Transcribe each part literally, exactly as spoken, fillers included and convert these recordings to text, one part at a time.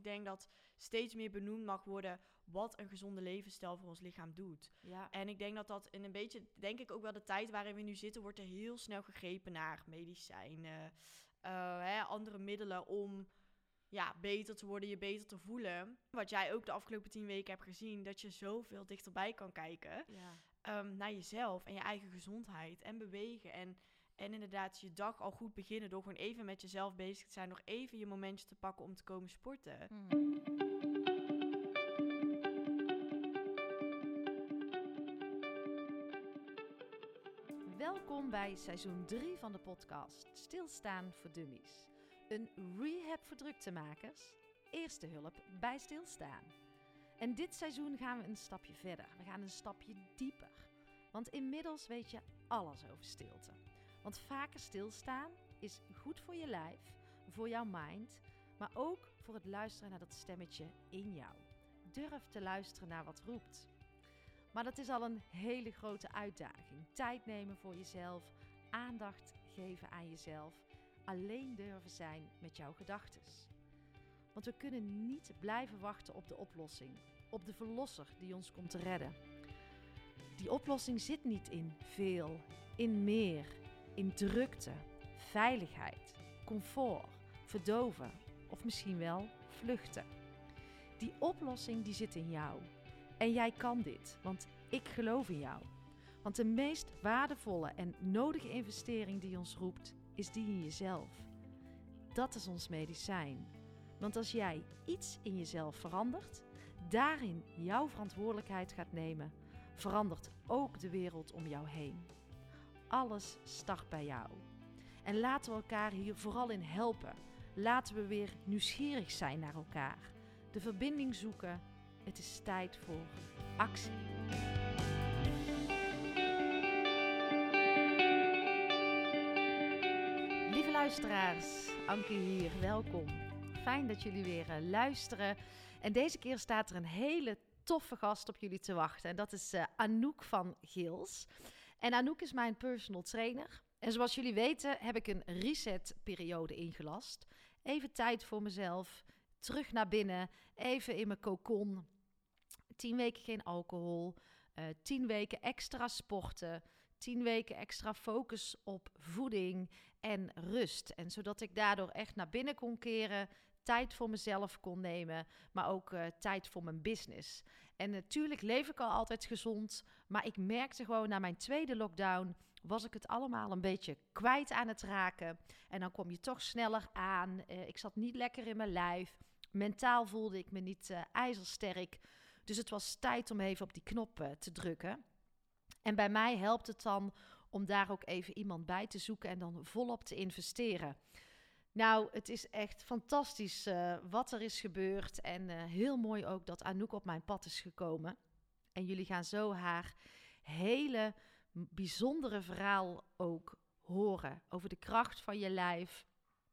denk dat steeds meer benoemd mag worden wat een gezonde levensstijl voor ons lichaam doet. Ja. En ik denk dat dat in een beetje, denk ik ook wel de tijd waarin we nu zitten, wordt er heel snel gegrepen naar medicijnen, uh, hè, andere middelen om ja, beter te worden, je beter te voelen. Wat jij ook de afgelopen tien weken hebt gezien, dat je zoveel dichterbij kan kijken Ja. um, naar jezelf en je eigen gezondheid en bewegen. En, en inderdaad je dag al goed beginnen door gewoon even met jezelf bezig te zijn, nog even je momentje te pakken om te komen sporten. Hmm. Welkom bij seizoen drie van de podcast Stilstaan voor Dummies. Een rehab voor druktemakers, eerste hulp bij stilstaan. En dit seizoen gaan we een stapje verder. We gaan een stapje dieper. Want inmiddels weet je alles over stilte. Want vaker stilstaan is goed voor je lijf, voor jouw mind, maar ook voor het luisteren naar dat stemmetje in jou. Durf te luisteren naar wat roept. Maar dat is al een hele grote uitdaging. Tijd nemen voor jezelf, aandacht geven aan jezelf, alleen durven zijn met jouw gedachten. Want we kunnen niet blijven wachten op de oplossing, op de verlosser die ons komt te redden. Die oplossing zit niet in veel, in meer, in drukte, veiligheid, comfort, verdoven of misschien wel vluchten. Die oplossing die zit in jou. En jij kan dit, want ik geloof in jou. Want de meest waardevolle en nodige investering die ons roept, is die in jezelf. Dat is ons medicijn. Want als jij iets in jezelf verandert, daarin jouw verantwoordelijkheid gaat nemen, verandert ook de wereld om jou heen. Alles start bij jou. En laten we elkaar hier vooral in helpen. Laten we weer nieuwsgierig zijn naar elkaar. De verbinding zoeken. Het is tijd voor actie. Lieve luisteraars, Anke hier, welkom. Fijn dat jullie weer uh, luisteren. En deze keer staat er een hele toffe gast op jullie te wachten. En dat is uh, Anouk van Gils. En Anouk is mijn personal trainer. En zoals jullie weten heb ik een resetperiode ingelast. Even tijd voor mezelf, terug naar binnen, even in mijn cocon. Tien weken geen alcohol, uh, tien weken extra sporten, tien weken extra focus op voeding en rust. En zodat ik daardoor echt naar binnen kon keren, tijd voor mezelf kon nemen, maar ook uh, tijd voor mijn business. En natuurlijk leef ik al altijd gezond, maar ik merkte gewoon na mijn tweede lockdown was ik het allemaal een beetje kwijt aan het raken. En dan kom je toch sneller aan. Uh, ik zat niet lekker in mijn lijf. Mentaal voelde ik me niet uh, ijzersterk. Dus het was tijd om even op die knop uh, te drukken. En bij mij helpt het dan om daar ook even iemand bij te zoeken en dan volop te investeren. Nou, het is echt fantastisch uh, wat er is gebeurd. En uh, heel mooi ook dat Anouk op mijn pad is gekomen. En jullie gaan zo haar hele bijzondere verhaal ook horen. Over de kracht van je lijf,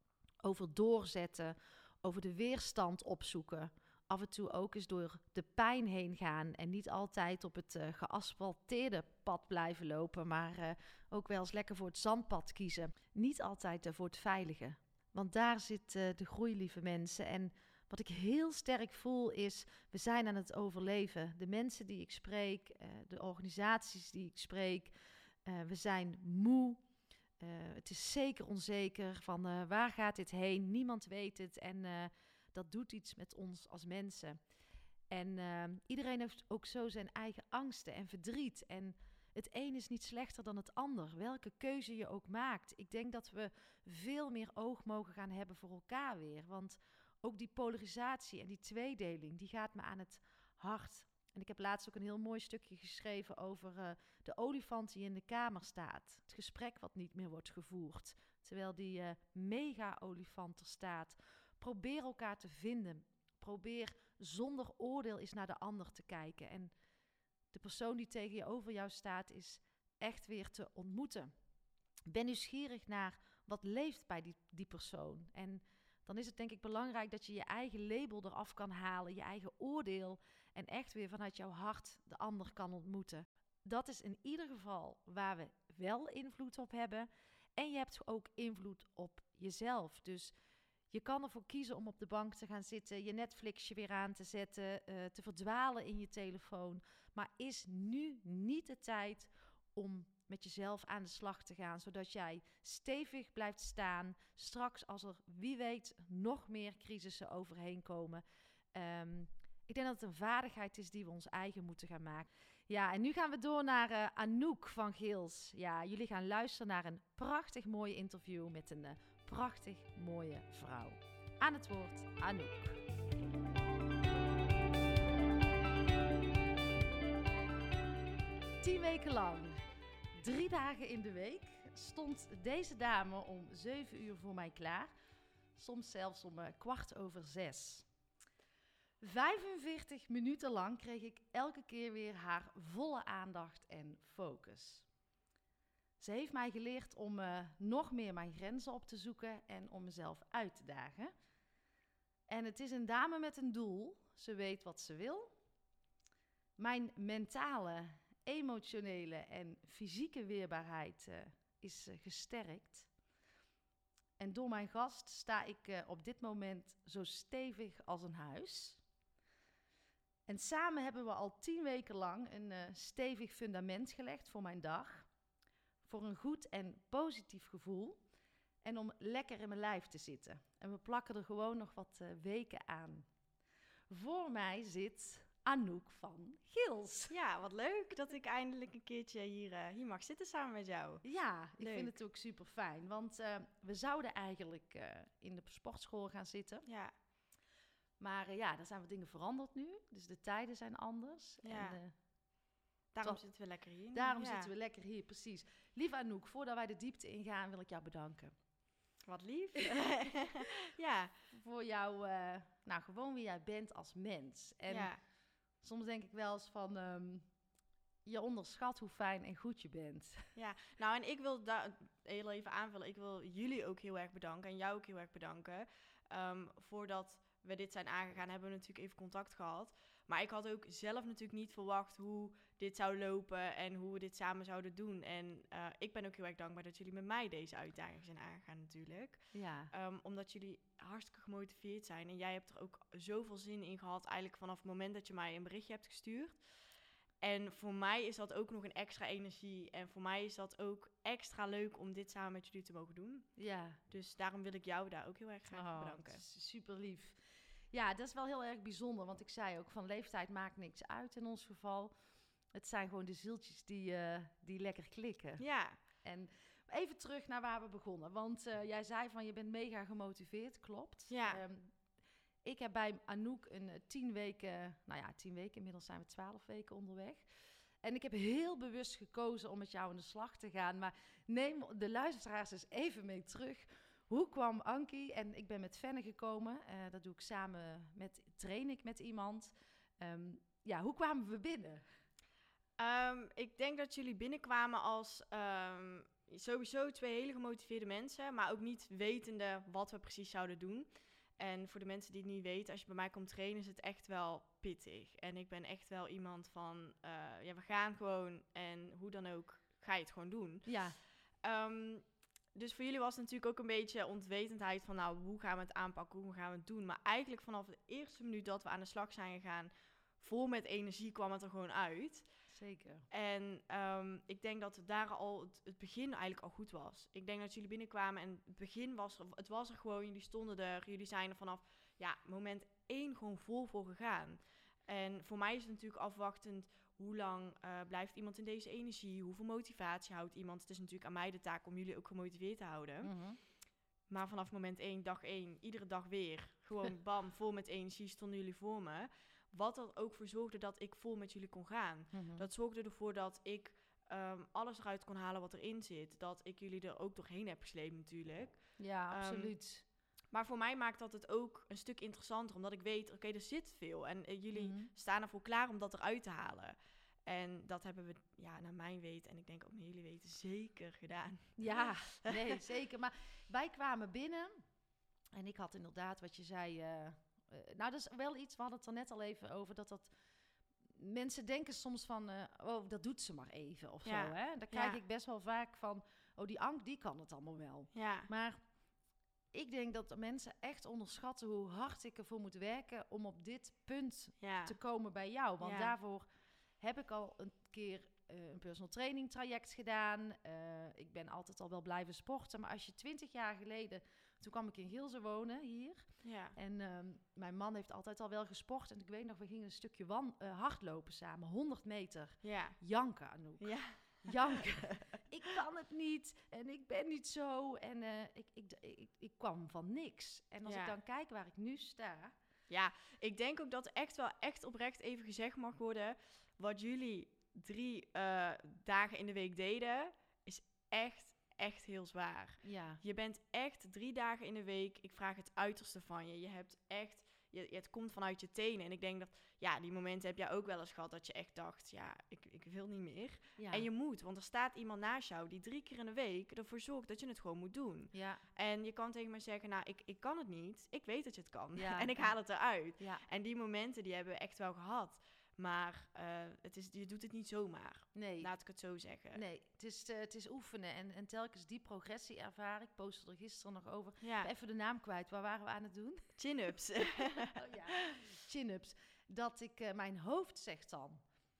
over doorzetten, over de weerstand opzoeken. Af en toe ook eens door de pijn heen gaan en niet altijd op het uh, geasfalteerde pad blijven lopen, maar uh, ook wel eens lekker voor het zandpad kiezen. Niet altijd uh, voor het veilige, want daar zit uh, de groei, lieve mensen. En wat ik heel sterk voel is, we zijn aan het overleven. De mensen die ik spreek, uh, de organisaties die ik spreek, uh, we zijn moe. Uh, het is zeker onzeker van uh, waar gaat dit heen? Niemand weet het en uh, dat doet iets met ons als mensen. En uh, iedereen heeft ook zo zijn eigen angsten en verdriet. En het een is niet slechter dan het ander, welke keuze je ook maakt. Ik denk dat we veel meer oog mogen gaan hebben voor elkaar weer. Want ook die polarisatie en die tweedeling, die gaat me aan het hart. En ik heb laatst ook een heel mooi stukje geschreven over uh, de olifant die in de kamer staat. Het gesprek wat niet meer wordt gevoerd, terwijl die uh, mega-olifant er staat. Probeer elkaar te vinden. Probeer zonder oordeel eens naar de ander te kijken. En de persoon die tegenover jou staat is echt weer te ontmoeten. Ben nieuwsgierig naar wat leeft bij die, die persoon. En dan is het denk ik belangrijk dat je je eigen label eraf kan halen, je eigen oordeel. En echt weer vanuit jouw hart de ander kan ontmoeten. Dat is in ieder geval waar we wel invloed op hebben. En je hebt ook invloed op jezelf. Dus Je kan ervoor kiezen om op de bank te gaan zitten, je Netflixje weer aan te zetten, uh, te verdwalen in je telefoon. Maar is nu niet de tijd om met jezelf aan de slag te gaan, zodat jij stevig blijft staan. Straks als er, wie weet, nog meer crisissen overheen komen. Um, ik denk dat het een vaardigheid is die we ons eigen moeten gaan maken. Ja, en nu gaan we door naar uh, Anouk van Geels. Ja, jullie gaan luisteren naar een prachtig mooie interview met een uh, prachtig mooie vrouw. Aan het woord, Anouk. Tien weken lang, drie dagen in de week, stond deze dame om zeven uur voor mij klaar. Soms zelfs om uh, kwart over zes. vijfenveertig minuten lang kreeg ik elke keer weer haar volle aandacht en focus. Ze heeft mij geleerd om uh, nog meer mijn grenzen op te zoeken en om mezelf uit te dagen. En het is een dame met een doel. Ze weet wat ze wil. Mijn mentale, emotionele en fysieke weerbaarheid uh, is uh, gesterkt. En door mijn gast sta ik uh, op dit moment zo stevig als een huis. En samen hebben we al tien weken lang een uh, stevig fundament gelegd voor mijn dag. Voor een goed en positief gevoel. En om lekker in mijn lijf te zitten. En we plakken er gewoon nog wat uh, weken aan. Voor mij zit Anouk van Geels. Ja, wat leuk dat ik eindelijk een keertje hier, uh, hier mag zitten samen met jou. Ja, ik leuk. vind het ook super fijn. Want uh, we zouden eigenlijk uh, in de sportschool gaan zitten. Ja. Maar uh, ja, daar zijn wat dingen veranderd nu. Dus de tijden zijn anders. Ja. En, uh, daarom tot, zitten we lekker hier. Daarom ja. zitten we lekker hier, precies. Lieve Anouk, voordat wij de diepte ingaan, wil ik jou bedanken. Wat lief. Ja. Voor jou, uh, nou gewoon wie jij bent als mens. En ja. soms denk ik wel eens van, um, je onderschat hoe fijn en goed je bent. Ja, nou en ik wil daar heel even aanvullen. Ik wil jullie ook heel erg bedanken en jou ook heel erg bedanken. Um, voordat we dit zijn aangegaan, hebben we natuurlijk even contact gehad. Maar ik had ook zelf natuurlijk niet verwacht hoe dit zou lopen en hoe we dit samen zouden doen. En uh, ik ben ook heel erg dankbaar dat jullie met mij deze uitdaging zijn aangegaan natuurlijk. Ja. Um, omdat jullie hartstikke gemotiveerd zijn. En jij hebt er ook zoveel zin in gehad eigenlijk vanaf het moment dat je mij een berichtje hebt gestuurd. En voor mij is dat ook nog een extra energie. En voor mij is dat ook extra leuk om dit samen met jullie te mogen doen. Ja. Dus daarom wil ik jou daar ook heel erg graag oh, bedanken. Super lief. Ja, dat is wel heel erg bijzonder. Want ik zei ook, van leeftijd maakt niks uit in ons geval. Het zijn gewoon de zieltjes die, uh, die lekker klikken. Ja. En even terug naar waar we begonnen. Want uh, jij zei van, je bent mega gemotiveerd. Klopt. Ja. Um, ik heb bij Anouk een uh, tien weken... Nou ja, tien weken. Inmiddels zijn we twaalf weken onderweg. En ik heb heel bewust gekozen om met jou aan de slag te gaan. Maar neem de luisteraars eens even mee terug. Hoe kwam Ankie? En ik ben met Fenne gekomen. Uh, dat doe ik samen met, train ik met iemand. Um, ja, hoe kwamen we binnen? Um, ik denk dat jullie binnenkwamen als um, sowieso twee hele gemotiveerde mensen. Maar ook niet wetende wat we precies zouden doen. En voor de mensen die het niet weten, als je bij mij komt trainen, is het echt wel pittig. En ik ben echt wel iemand van, uh, ja, we gaan gewoon en hoe dan ook ga je het gewoon doen. Ja. Um, dus voor jullie was het natuurlijk ook een beetje ontwetendheid van, nou, hoe gaan we het aanpakken, hoe gaan we het doen. Maar eigenlijk vanaf de eerste minuut dat we aan de slag zijn gegaan, vol met energie kwam het er gewoon uit. Zeker. En um, ik denk dat daar al het, het begin eigenlijk al goed was. Ik denk dat jullie binnenkwamen en het begin was er, het was er gewoon, jullie stonden er, jullie zijn er vanaf, ja, moment één gewoon vol voor gegaan. En voor mij is het natuurlijk afwachtend, hoe lang uh, blijft iemand in deze energie, hoeveel motivatie houdt iemand. Het is natuurlijk aan mij de taak om jullie ook gemotiveerd te houden. Mm-hmm. Maar vanaf moment één, dag één, iedere dag weer, gewoon bam, vol met energie stonden jullie voor me. Wat er ook voor zorgde dat ik vol met jullie kon gaan. Mm-hmm. Dat zorgde ervoor dat ik um, alles eruit kon halen wat erin zit. Dat ik jullie er ook doorheen heb gesleept natuurlijk. Ja, absoluut. Um, maar voor mij maakt dat het ook een stuk interessanter. Omdat ik weet, oké, okay, er zit veel. En uh, jullie Mm-hmm. staan ervoor klaar om dat eruit te halen. En dat hebben we, ja, naar mijn weten en ik denk ook naar jullie weten, zeker gedaan. Ja, nee, zeker. Maar wij kwamen binnen en ik had inderdaad wat je zei... Uh, Uh, nou, dat is wel iets, we hadden het er net al even over, dat dat... Mensen denken soms van, uh, oh, dat doet ze maar even of ja. zo, hè. Daar krijg ja. ik best wel vaak van, oh, die Ank, die kan het allemaal wel. Ja. Maar ik denk dat de mensen echt onderschatten hoe hard ik ervoor moet werken om op dit punt Ja. te komen bij jou. Want Ja. daarvoor heb ik al een keer uh, een personal training traject gedaan. Uh, ik ben altijd al wel blijven sporten. Maar als je twintig jaar geleden, toen kwam ik in Gilze wonen hier. Ja. En um, mijn man heeft altijd al wel gesport. En ik weet nog, we gingen een stukje wan- uh, hardlopen samen, honderd meter. Ja. Janken, Anouk. Ja. Janken. Ik kan het niet en ik ben niet zo. En uh, ik, ik, ik, ik kwam van niks. En als Ja. ik dan kijk waar ik nu sta... Ja, ik denk ook dat echt wel echt oprecht even gezegd mag worden. Wat jullie drie uh, dagen in de week deden, is echt, echt heel zwaar. Ja. Je bent echt drie dagen in de week, ik vraag het uiterste van je. Je hebt echt, je, het komt vanuit je tenen. En ik denk dat, ja, die momenten heb jij ook wel eens gehad dat je echt dacht, ja, ik, ik wil niet meer. Ja. En je moet, want er staat iemand naast jou die drie keer in de week ervoor zorgt dat je het gewoon moet doen. Ja. En je kan tegen mij zeggen, nou, ik, ik kan het niet. Ik weet dat je het kan. Ja. En ik haal het eruit. Ja. En die momenten, die hebben we echt wel gehad. Maar uh, het is, je doet het niet zomaar. Nee. Laat ik het zo zeggen. Nee, het is, uh, het is oefenen. En, en telkens die progressie ervaren. Ik postte er gisteren nog over. Ja. Even de naam kwijt. Waar waren we aan het doen? Chin-ups. Oh, ja. Chin-ups. Dat ik, uh, mijn hoofd zegt dan...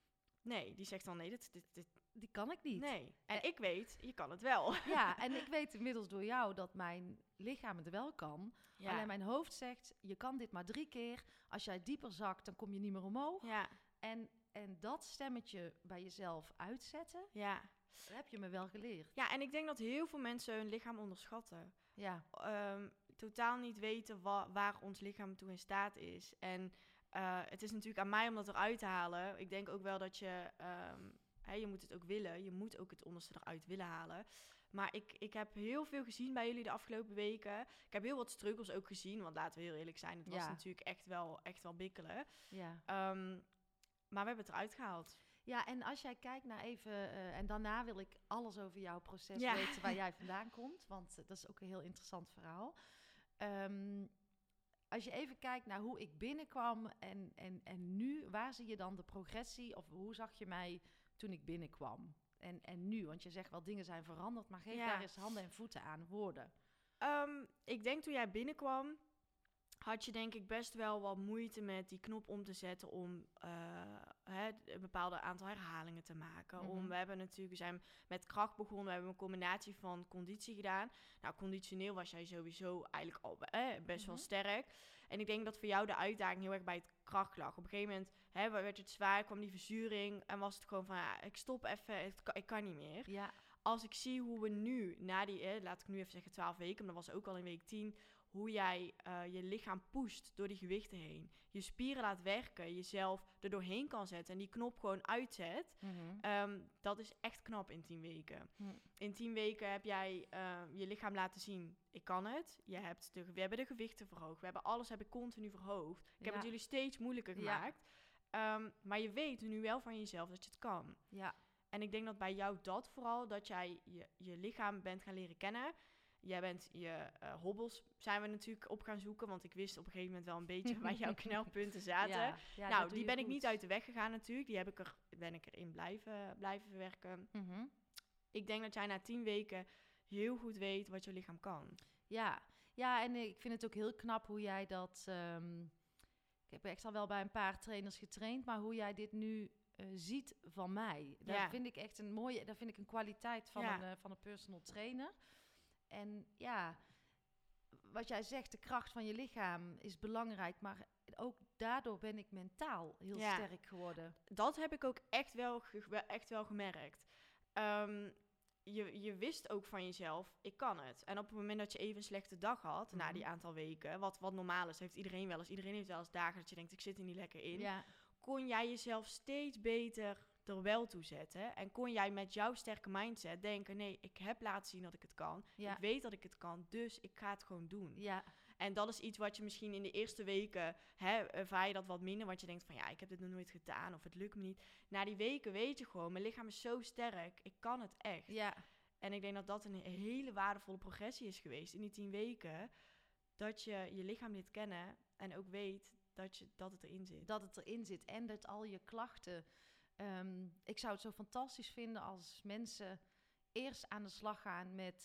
Nee, die zegt dan nee, dit, dit, dit. Die kan ik niet. Nee. En uh, ik weet, je kan het wel. Ja, en ik weet inmiddels door jou dat mijn lichaam het wel kan. Ja. Alleen mijn hoofd zegt, je kan dit maar drie keer. Als jij dieper zakt, dan kom je niet meer omhoog. Ja. En, en dat stemmetje bij jezelf uitzetten, ja. dat heb je me wel geleerd. Ja, en ik denk dat heel veel mensen hun lichaam onderschatten. Ja. Um, totaal niet weten wa- waar ons lichaam toe in staat is. En uh, het is natuurlijk aan mij om dat eruit te halen. Ik denk ook wel dat je... Um, hè, je moet het ook willen. Je moet ook het onderste eruit willen halen. Maar ik, ik heb heel veel gezien bij jullie de afgelopen weken. Ik heb heel wat struggles ook gezien. Want laten we heel eerlijk zijn, het was ja. natuurlijk echt wel, echt wel bikkelen. Ja. Um, maar we hebben het eruit gehaald. Ja, en als jij kijkt naar even... Uh, en daarna wil ik alles over jouw proces ja. weten waar jij vandaan komt. Want uh, dat is ook een heel interessant verhaal. Um, als je even kijkt naar hoe ik binnenkwam en, en, en nu, waar zie je dan de progressie? Of hoe zag je mij toen ik binnenkwam? En, en nu, want je zegt wel dingen zijn veranderd, maar geef ja. daar eens handen en voeten aan, woorden. Um, ik denk toen jij binnenkwam, had je denk ik best wel wat moeite met die knop om te zetten om uh, hè, een bepaald aantal herhalingen te maken. Mm-hmm. Om, we hebben natuurlijk, we zijn met kracht begonnen, we hebben een combinatie van conditie gedaan. Nou, conditioneel was jij sowieso eigenlijk al eh, best mm-hmm. wel sterk. En ik denk dat voor jou de uitdaging heel erg bij het kracht lag. Op een gegeven moment hè, werd het zwaar, kwam die verzuring en was het gewoon van, ja, ik stop even, ik kan, ik kan niet meer. Ja. Als ik zie hoe we nu, na die, eh, laat ik nu even zeggen twaalf weken, maar dat was ook al in week tien... hoe jij uh, je lichaam pusht door die gewichten heen. Je spieren laat werken, jezelf er doorheen kan zetten en die knop gewoon uitzet. Mm-hmm. Um, dat is echt knap in tien weken. Mm. In tien weken heb jij uh, je lichaam laten zien, ik kan het. Je hebt de, we hebben de gewichten verhoogd. We hebben alles heb ik continu verhoogd. Ik ja. heb het jullie steeds moeilijker gemaakt. Ja. Um, maar je weet nu wel van jezelf dat je het kan. Ja. En ik denk dat bij jou dat vooral, dat jij je, je lichaam bent gaan leren kennen. Jij bent je uh, hobbels zijn we natuurlijk op gaan zoeken. Want ik wist op een gegeven moment wel een beetje waar jouw knelpunten zaten. Ja, ja, nou, die ben goed. ik niet uit de weg gegaan natuurlijk. Die heb ik er, ben ik erin blijven, blijven verwerken. Mm-hmm. Ik denk dat jij na tien weken heel goed weet wat je lichaam kan. Ja, ja, en ik vind het ook heel knap hoe jij dat... Um, ik heb echt al wel bij een paar trainers getraind. Maar hoe jij dit nu uh, ziet van mij. Dat ja. vind ik echt een mooie... Dat vind ik een kwaliteit van, ja. een, uh, van een personal trainer. En ja, wat jij zegt, de kracht van je lichaam is belangrijk, maar ook daardoor ben ik mentaal heel ja. sterk geworden. Dat heb ik ook echt wel, ge- echt wel gemerkt. Um, je, je wist ook van jezelf, ik kan het. En op het moment dat je even een slechte dag had, mm-hmm. na die aantal weken, wat, wat normaal is, heeft iedereen wel eens. Iedereen heeft wel eens dagen dat je denkt, ik zit er niet lekker in. Ja. Kon jij jezelf steeds beter er wel toe zetten. En kon jij met jouw sterke mindset denken, nee, ik heb laten zien dat ik het kan. Ja. Ik weet dat ik het kan, dus ik ga het gewoon doen. Ja. En dat is iets wat je misschien in de eerste weken, hè, ervaar je dat wat minder, want je denkt van, ja, ik heb dit nog nooit gedaan of het lukt me niet. Na die weken weet je gewoon, mijn lichaam is zo sterk, ik kan het echt. Ja. En ik denk dat dat een hele waardevolle progressie is geweest in die tien weken, dat je je lichaam leert kennen en ook weet dat, je, dat het erin zit. Dat het erin zit en dat al je klachten... Um, ik zou het zo fantastisch vinden als mensen eerst aan de slag gaan met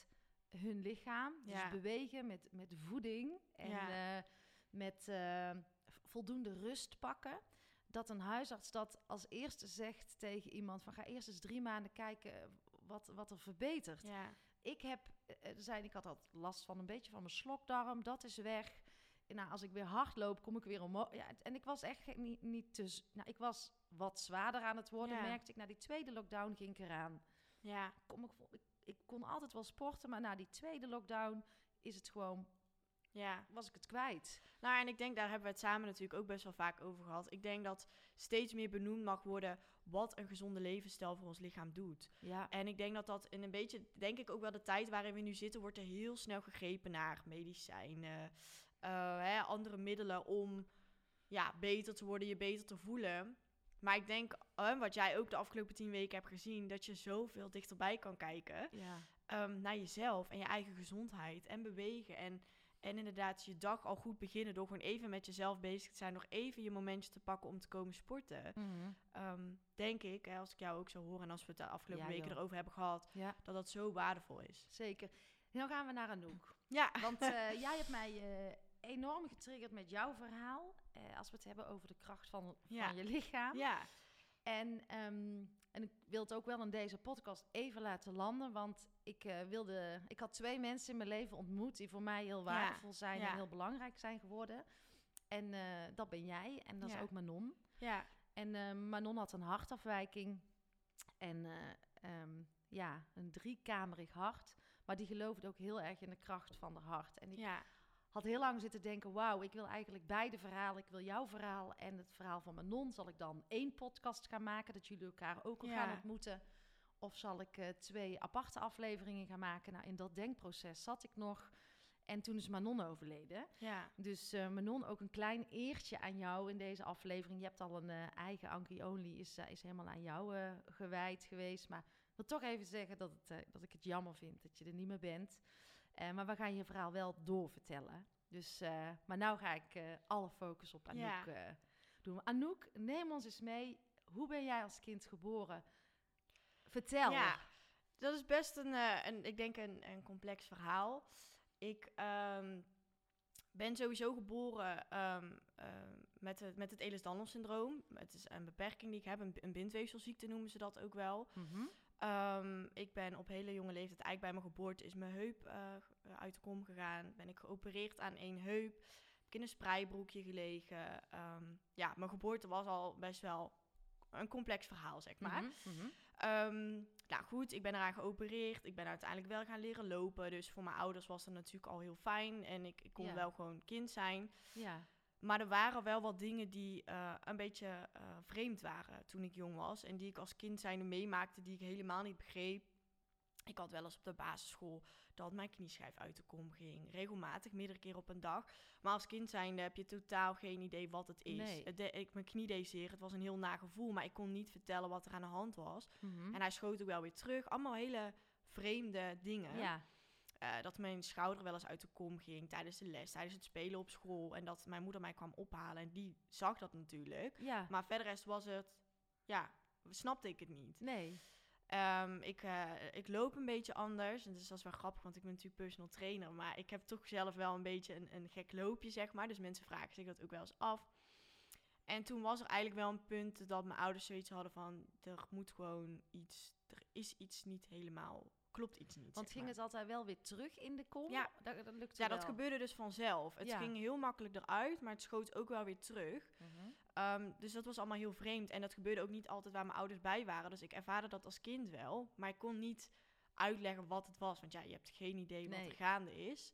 hun lichaam. Dus Ja. bewegen met, met voeding en Ja. uh, met uh, voldoende rust pakken. Dat een huisarts dat als eerste zegt tegen iemand van ga eerst eens drie maanden kijken wat, wat er verbetert. Ja. Ik heb, uh, zijn, ik had altijd last van een beetje van mijn slokdarm, dat is weg. Nou, als ik weer hard loop, kom ik weer omhoog. Ja, en ik was echt niet, niet te... Nou, ik was wat zwaarder aan het worden, Ja. merkte ik. Na die tweede lockdown ging ik eraan. Ja. Kom ik, ik, ik kon altijd wel sporten, maar na die tweede lockdown is het gewoon... Ja. Was ik het kwijt. Nou, en ik denk, daar hebben we het samen natuurlijk ook best wel vaak over gehad. Ik denk dat steeds meer benoemd mag worden wat een gezonde levensstijl voor ons lichaam doet. Ja. En ik denk dat dat in een beetje, denk ik ook wel de tijd waarin we nu zitten, wordt er heel snel gegrepen naar medicijnen, uh, hè, andere middelen om ja, beter te worden, je beter te voelen. Maar ik denk, uh, wat jij ook de afgelopen tien weken hebt gezien, dat je zoveel dichterbij kan kijken Ja. um, naar jezelf en je eigen gezondheid en bewegen en... En inderdaad je dag al goed beginnen door gewoon even met jezelf bezig te zijn. Nog even je momentje te pakken om te komen sporten. Mm-hmm. Um, denk ik, hè, als ik jou ook zo hoor en als we het de afgelopen Ja, weken joh. erover hebben gehad. Ja. Dat dat zo waardevol is. Zeker. Nu gaan we naar Anouk. Ja. Want uh, jij hebt mij uh, enorm getriggerd met jouw verhaal. Uh, als we het hebben over de kracht van, van Ja. je lichaam. Ja. En, um, en ik wil het ook wel in deze podcast even laten landen. Want ik, uh, wilde, ik had twee mensen in mijn leven ontmoet die voor mij heel waardevol zijn Ja. en heel belangrijk zijn geworden. En uh, dat ben jij en dat Ja. is ook Manon. Ja. En uh, Manon had een hartafwijking. En uh, um, ja, een driekamerig hart. Maar die geloofde ook heel erg in de kracht van haar hart. En ik Ja. had heel lang zitten denken, wauw, ik wil eigenlijk beide verhalen. Ik wil jouw verhaal en het verhaal van Manon. Zal ik dan één podcast gaan maken, dat jullie elkaar ook al Ja. gaan ontmoeten? Of zal ik uh, twee aparte afleveringen gaan maken? Nou, in dat denkproces zat ik nog. En toen is Manon overleden. Ja. Dus uh, Manon, ook een klein eertje aan jou in deze aflevering. Je hebt al een uh, eigen Ankie Only, is, uh, is helemaal aan jou uh, gewijd geweest. Maar ik wil toch even zeggen dat, het, uh, dat ik het jammer vind dat je er niet meer bent. Uh, maar we gaan je verhaal wel doorvertellen. Dus, uh, maar nou ga ik uh, alle focus op Anouk Ja. uh, doen. Anouk, neem ons eens mee. Hoe ben jij als kind geboren? Vertel. Ja, dat is best een, uh, een ik denk een, een complex verhaal. Ik um, ben sowieso geboren um, uh, met, het, met het Ehlers-Danlos-syndroom. Het is een beperking die ik heb, een, een bindweefselziekte noemen ze dat ook wel. Mm-hmm. Um, ik ben op hele jonge leeftijd, eigenlijk bij mijn geboorte, is mijn heup uh, uit de kom gegaan. Ben ik geopereerd aan één heup. Heb ik in een spreibroekje gelegen. Um, ja, mijn geboorte was al best wel een complex verhaal, zeg maar. Mm-hmm. Mm-hmm. Um, nou goed, ik ben eraan geopereerd. Ik ben uiteindelijk wel gaan leren lopen. Dus voor mijn ouders was dat natuurlijk al heel fijn. En ik, ik kon Ja. wel gewoon kind zijn. Ja. Maar er waren wel wat dingen die uh, een beetje uh, vreemd waren toen ik jong was. En die ik als kind zijnde meemaakte, die ik helemaal niet begreep. Ik had wel eens op de basisschool dat mijn knieschijf uit de kom ging. Regelmatig, meerdere keer op een dag. Maar als kind zijnde heb je totaal geen idee wat het is. Nee. Het de, ik, mijn knie deed zeer. Het was een heel naar gevoel. Maar ik kon niet vertellen wat er aan de hand was. Mm-hmm. En hij schoot ook wel weer terug. Allemaal hele vreemde dingen. Ja. Uh, dat mijn schouder wel eens uit de kom ging tijdens de les, tijdens het spelen op school. En dat mijn moeder mij kwam ophalen. En die zag dat natuurlijk. Ja. Maar verder rest was het, ja, snapte ik het niet. Nee. Um, ik, uh, ik loop een beetje anders. En dus dat is wel grappig, want ik ben natuurlijk personal trainer. Maar ik heb toch zelf wel een beetje een, een gek loopje, zeg maar. Dus mensen vragen zich dat ook wel eens af. En toen was er eigenlijk wel een punt dat mijn ouders zoiets hadden van... er moet gewoon iets, er is iets niet helemaal... klopt iets niet. Want zeg ging maar. het altijd wel weer terug in de kom? Ja. dat, dat lukte Ja, wel. dat gebeurde dus vanzelf. Het Ja. ging heel makkelijk eruit, maar het schoot ook wel weer terug. Mm-hmm. Um, dus dat was allemaal heel vreemd. En dat gebeurde ook niet altijd waar mijn ouders bij waren. Dus ik ervaarde dat als kind wel. Maar ik kon niet uitleggen wat het was. Want ja, je hebt geen idee Nee. wat er gaande is.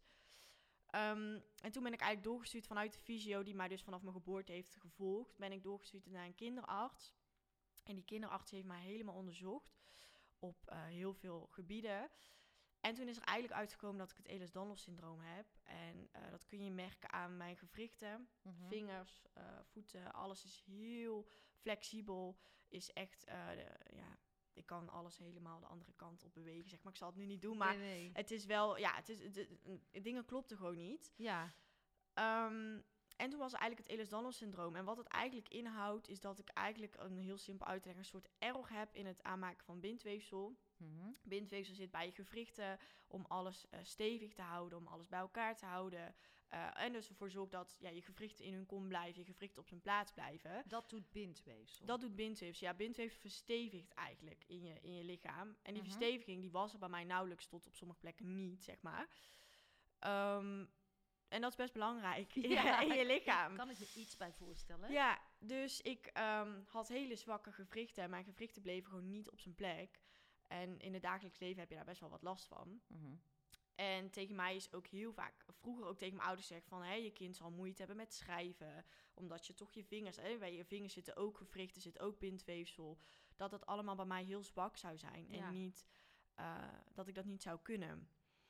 Um, en toen ben ik eigenlijk doorgestuurd vanuit de fysio... die mij dus vanaf mijn geboorte heeft gevolgd. Ben ik doorgestuurd naar een kinderarts. En die kinderarts heeft mij helemaal onderzocht... op uh, heel veel gebieden. En toen is er eigenlijk uitgekomen dat ik het Ehlers-Danlos-syndroom heb. En uh, dat kun je merken aan mijn gewrichten, Mm-hmm. vingers, uh, voeten. Alles is heel flexibel. Is echt, uh, de, ja, ik kan alles helemaal de andere kant op bewegen. Zeg maar, ik zal het nu niet doen, maar Nee, nee. het is wel, ja, het is, de, de, de dingen klopten gewoon niet. Ja. Um, en toen was er eigenlijk het Ehlers-Danlos-syndroom. En wat het eigenlijk inhoudt, is dat ik eigenlijk, een heel simpel uit te leggen, een soort error heb in het aanmaken van bindweefsel. Mm-hmm. Bindweefsel zit bij je gewrichten om alles uh, stevig te houden, om alles bij elkaar te houden. Uh, en dus ervoor zorgt dat ja, je gewrichten in hun kom blijven, je gewrichten op zijn plaats blijven. Dat doet bindweefsel. Dat doet bindweefsel. Ja, bindweefsel verstevigt eigenlijk in je, in je lichaam. En die Mm-hmm. versteviging die was er bij mij nauwelijks tot op sommige plekken niet, zeg maar. Um, en dat is best belangrijk in, ja, in je lichaam. Kan ik me iets bij voorstellen? Ja, dus ik um, had hele zwakke gewrichten. En mijn gewrichten bleven gewoon niet op zijn plek. En in het dagelijks leven heb je daar best wel wat last van. Mm-hmm. En tegen mij is ook heel vaak, vroeger ook tegen mijn ouders gezegd van, hé, je kind zal moeite hebben met schrijven, omdat je toch je vingers, hè, bij je vingers zitten ook gewrichten, zit ook bindweefsel, dat dat allemaal bij mij heel zwak zou zijn ja. en niet, uh, dat ik dat niet zou kunnen.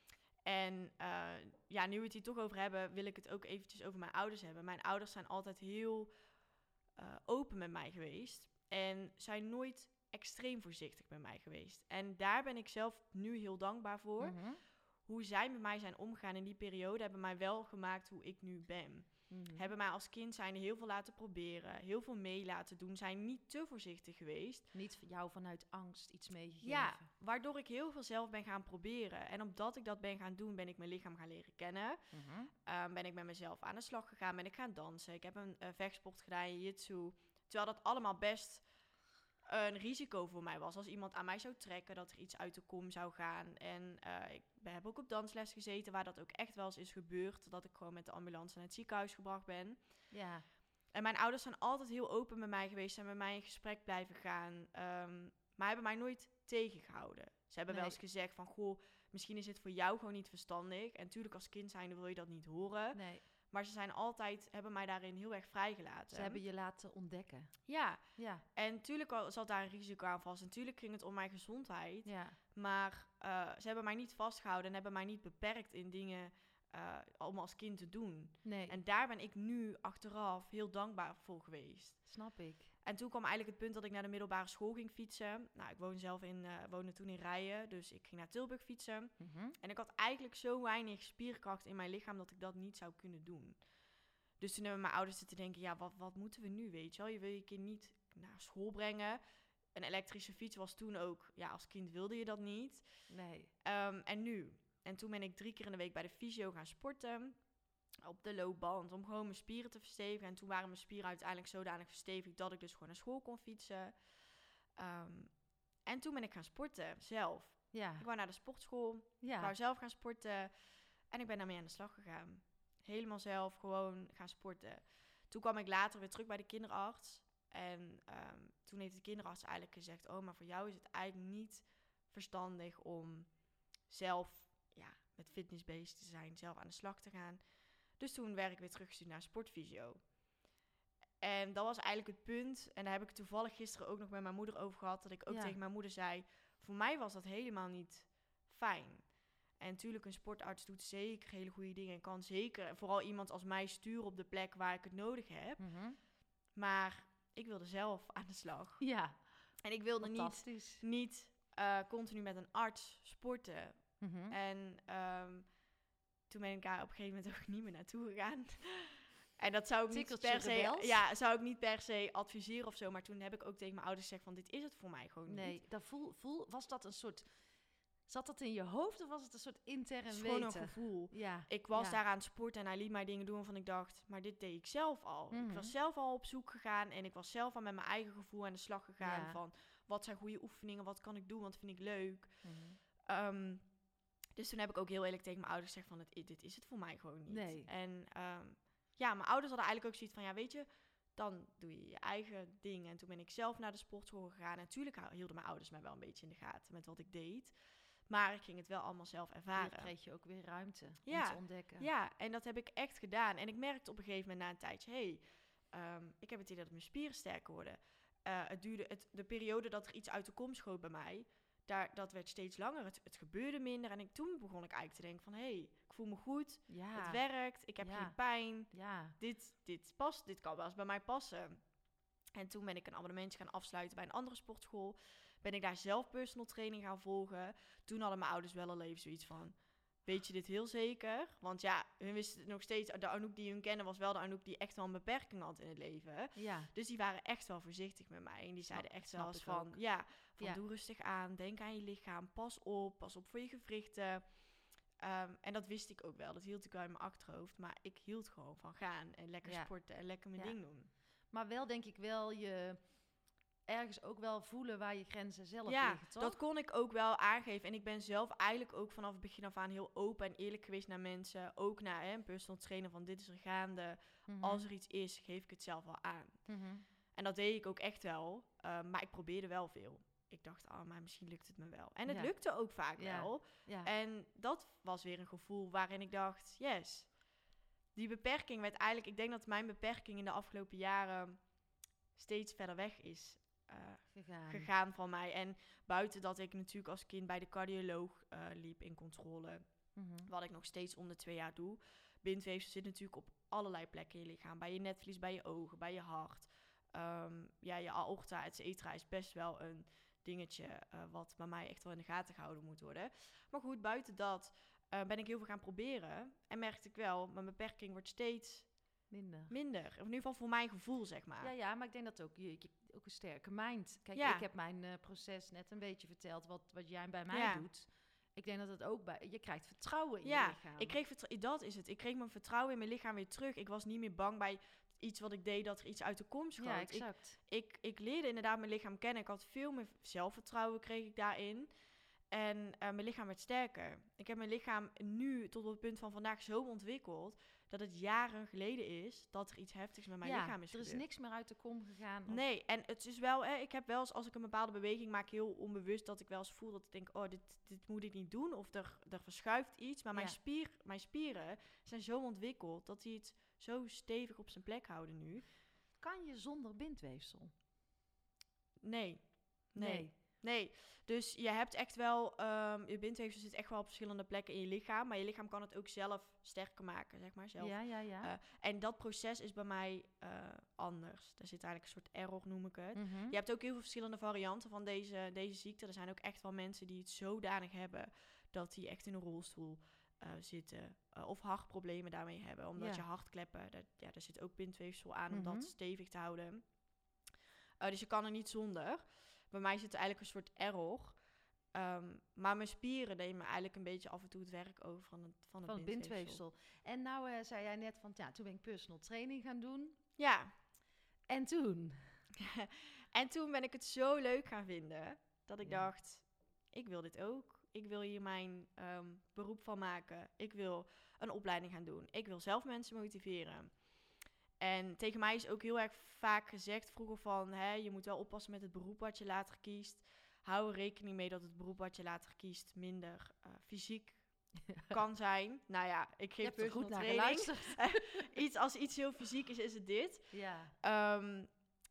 En uh, ja, nu we het hier toch over hebben, wil ik het ook eventjes over mijn ouders hebben. Mijn ouders zijn altijd heel uh, open met mij geweest en zijn nooit extreem voorzichtig met mij geweest. En daar ben ik zelf nu heel dankbaar voor. Mm-hmm. Hoe zij met mij zijn omgegaan in die periode hebben mij wel gemaakt hoe ik nu ben. Mm-hmm. Hebben mij als kind zijn heel veel laten proberen, heel veel mee laten doen, zijn niet te voorzichtig geweest. Niet jou vanuit angst iets meegegeven. Ja, waardoor ik heel veel zelf ben gaan proberen. En omdat ik dat ben gaan doen, ben ik mijn lichaam gaan leren kennen. Mm-hmm. Um, ben ik met mezelf aan de slag gegaan, ben ik gaan dansen. Ik heb een uh, vechtsport gedaan, jiu-jitsu. Terwijl dat allemaal best een risico voor mij was. Als iemand aan mij zou trekken, dat er iets uit de kom zou gaan. En uh, ik heb ook op dansles gezeten, waar dat ook echt wel eens is gebeurd. Dat ik gewoon met de ambulance naar het ziekenhuis gebracht ben. Ja. En mijn ouders zijn altijd heel open met mij geweest. Zijn met mij in gesprek blijven gaan. Um, maar hebben mij nooit tegengehouden. Ze hebben nee. wel eens gezegd van, goh, misschien is het voor jou gewoon niet verstandig. En natuurlijk als kind zijnde wil je dat niet horen. Nee. Maar ze zijn altijd, hebben mij daarin heel erg vrijgelaten. Ze hebben je laten ontdekken. Ja. ja. En natuurlijk zat daar een risico aan vast. Natuurlijk ging het om mijn gezondheid. Ja. Maar uh, ze hebben mij niet vastgehouden en hebben mij niet beperkt in dingen uh, om als kind te doen. Nee. En daar ben ik nu achteraf heel dankbaar voor geweest. Snap ik. En toen kwam eigenlijk het punt dat ik naar de middelbare school ging fietsen. Nou, ik woonde zelf in, uh, woonde toen in Rijen, dus ik ging naar Tilburg fietsen. Mm-hmm. En ik had eigenlijk zo weinig spierkracht in mijn lichaam dat ik dat niet zou kunnen doen. Dus toen hebben mijn ouders zitten denken, ja, wat, wat moeten we nu, weet je wel? Je wil je kind niet naar school brengen. Een elektrische fiets was toen ook, ja, als kind wilde je dat niet. Nee. Um, en nu? En toen ben ik drie keer in de week bij de fysio gaan sporten. Op de loopband, om gewoon mijn spieren te verstevigen. En toen waren mijn spieren uiteindelijk zodanig verstevigd dat ik dus gewoon naar school kon fietsen. Um, en toen ben ik gaan sporten, zelf. Ja. Ik wou naar de sportschool, ja. ik wou zelf gaan sporten. En ik ben daarmee aan de slag gegaan. Helemaal zelf gewoon gaan sporten. Toen kwam ik later weer terug bij de kinderarts. En um, toen heeft de kinderarts eigenlijk gezegd, oh, maar voor jou is het eigenlijk niet verstandig om zelf ja, met fitness bezig te zijn, zelf aan de slag te gaan. Dus toen werd ik weer teruggestuurd naar sportfysio. En dat was eigenlijk het punt. En daar heb ik toevallig gisteren ook nog met mijn moeder over gehad. Dat ik ook ja. tegen mijn moeder zei, voor mij was dat helemaal niet fijn. En natuurlijk, een sportarts doet zeker hele goede dingen. En kan zeker, vooral iemand als mij, sturen op de plek waar ik het nodig heb. Mm-hmm. Maar ik wilde zelf aan de slag. Ja. En ik wilde niet, niet uh, continu met een arts sporten. Mm-hmm. En um, toen ben ik daar op een gegeven moment ook niet meer naartoe gegaan. En dat zou ik niet per se, ja, zou ik niet per se adviseren of zo. Maar toen heb ik ook tegen mijn ouders gezegd van, dit is het voor mij gewoon nee, niet. Nee, dat voel, voel, was dat een soort... Zat dat in je hoofd of was het een soort intern weten? Gewoon een gevoel. Ja, ik was ja. daar aan het sporten en hij liet mij dingen doen waarvan ik dacht, maar dit deed ik zelf al. Mm-hmm. Ik was zelf al op zoek gegaan en ik was zelf al met mijn eigen gevoel aan de slag gegaan. Ja. Van, wat zijn goede oefeningen, wat kan ik doen, wat vind ik leuk. Mm-hmm. Um, dus toen heb ik ook heel eerlijk tegen mijn ouders gezegd van, het, dit is het voor mij gewoon niet. Nee. En um, ja, mijn ouders hadden eigenlijk ook zoiets van, ja, weet je, dan doe je je eigen ding. En toen ben ik zelf naar de sportschool gegaan. En natuurlijk hielden mijn ouders mij wel een beetje in de gaten met wat ik deed. Maar ik ging het wel allemaal zelf ervaren. Hier kreeg je ook weer ruimte ja, om te ontdekken. Ja, en dat heb ik echt gedaan. En ik merkte op een gegeven moment na een tijdje, hé, hey, um, ik heb het idee dat mijn spieren sterker worden. Uh, het duurde, het, de periode dat er iets uit de kom schoot bij mij, daar, dat werd steeds langer. Het, het gebeurde minder. En ik, toen begon ik eigenlijk te denken van, hé, hey, ik voel me goed. Ja. Het werkt. Ik heb ja. geen pijn. Ja. Dit, dit past. Dit kan wel eens bij mij passen. En toen ben ik een abonnementje gaan afsluiten bij een andere sportschool. Ben ik daar zelf personal training gaan volgen. Toen hadden mijn ouders wel al even zoiets van, weet je dit heel zeker? Want ja, hun wisten het nog steeds, de Anouk die hun kennen was wel de Anouk die echt wel een beperking had in het leven. Ja. Dus die waren echt wel voorzichtig met mij. En die Snap- zeiden echt snap wel eens ik van, ook. ja, van Ja. doe rustig aan, denk aan je lichaam, pas op, pas op voor je gewrichten. Um, en dat wist ik ook wel, dat hield ik wel in mijn achterhoofd. Maar ik hield gewoon van gaan en lekker Ja. sporten en lekker mijn Ja. ding doen. Maar wel denk ik wel je ergens ook wel voelen waar je grenzen zelf Ja, liggen, toch? dat kon ik ook wel aangeven. En ik ben zelf eigenlijk ook vanaf het begin af aan heel open en eerlijk geweest naar mensen. Ook naar hè, een personal trainer van dit is er gaande. Mhm. Als er iets is, geef ik het zelf wel aan. Mhm. En dat deed ik ook echt wel. Uh, maar ik probeerde wel veel. Ik dacht, ah, maar misschien lukt het me wel. En het Ja. lukte ook vaak Ja. wel. Ja. En dat was weer een gevoel waarin ik dacht, yes. Die beperking werd eigenlijk... Ik denk dat mijn beperking in de afgelopen jaren steeds verder weg is uh, gegaan. gegaan van mij. En buiten dat ik natuurlijk als kind bij de cardioloog uh, liep in controle. Mhm. Wat ik nog steeds om de twee jaar doe. Bindweefsel zit natuurlijk op allerlei plekken in je lichaam. Bij je netvlies, bij je ogen, bij je hart. Um, ja, je aorta, et cetera, is best wel een dingetje uh, wat bij mij echt wel in de gaten gehouden moet worden. Maar goed, buiten dat uh, ben ik heel veel gaan proberen. En merkte ik wel, mijn beperking wordt steeds minder. minder. Of in ieder geval voor mijn gevoel, zeg maar. Ja, ja, maar ik denk dat ook, je, je hebt ook een sterke mind. Kijk, Ja. ik heb mijn uh, proces net een beetje verteld, wat, wat jij bij mij Ja. doet. Ik denk dat het ook bij... Je krijgt vertrouwen in ja, je lichaam. ik kreeg vertrouwen, dat is het. Ik kreeg mijn vertrouwen in mijn lichaam weer terug. Ik was niet meer bang bij iets wat ik deed, dat er iets uit de kom schoot. Ja, exact. Ik, ik, ik leerde inderdaad mijn lichaam kennen. Ik had veel meer zelfvertrouwen, kreeg ik daarin. En uh, mijn lichaam werd sterker. Ik heb mijn lichaam nu tot op het punt van vandaag zo ontwikkeld dat het jaren geleden is dat er iets heftigs met mijn ja, lichaam is er is gebeurd. niks meer uit de kom gegaan. Of... Nee, en het is wel, hè, ik heb wel eens als ik een bepaalde beweging maak, heel onbewust dat ik wel eens voel dat ik denk, oh, dit, dit moet ik niet doen. Of er, er verschuift iets. Maar mijn, Ja. spier, mijn spieren zijn zo ontwikkeld dat die het zo stevig op zijn plek houden nu. Kan je zonder bindweefsel? Nee. Nee. Nee. Nee, dus je hebt echt wel, um, je bindweefsel zit echt wel op verschillende plekken in je lichaam, maar je lichaam kan het ook zelf sterker maken, zeg maar. Zelf. Ja, ja, ja. Uh, en dat proces is bij mij uh, anders. Er zit eigenlijk een soort error, noem ik het. Mm-hmm. Je hebt ook heel veel verschillende varianten van deze, deze ziekte. Er zijn ook echt wel mensen die het zodanig hebben dat die echt in een rolstoel uh, zitten. Uh, of hartproblemen daarmee hebben, omdat Ja. je hartkleppen, dat, ja, daar zit ook bindweefsel aan Mm-hmm. om dat stevig te houden. Uh, dus je kan er niet zonder. Bij mij zit er eigenlijk een soort error. Um, maar mijn spieren nemen eigenlijk een beetje af en toe het werk over van het, van het, Van het bindweefsel. bindweefsel. En nou uh, zei jij net van, ja, toen ben ik personal training gaan doen. Ja. En toen? En toen ben ik het zo leuk gaan vinden, dat ik Ja. dacht, ik wil dit ook. Ik wil hier mijn um, beroep van maken. Ik wil een opleiding gaan doen. Ik wil zelf mensen motiveren. En tegen mij is ook heel erg vaak gezegd vroeger van, hè, je moet wel oppassen met het beroep wat je later kiest. Hou er rekening mee dat het beroep wat je later kiest minder uh, fysiek kan zijn. Nou ja, ik geef je hebt er goed personal naar training. geluisterd. iets, als iets heel fysiek is, is het dit. Ja. Um,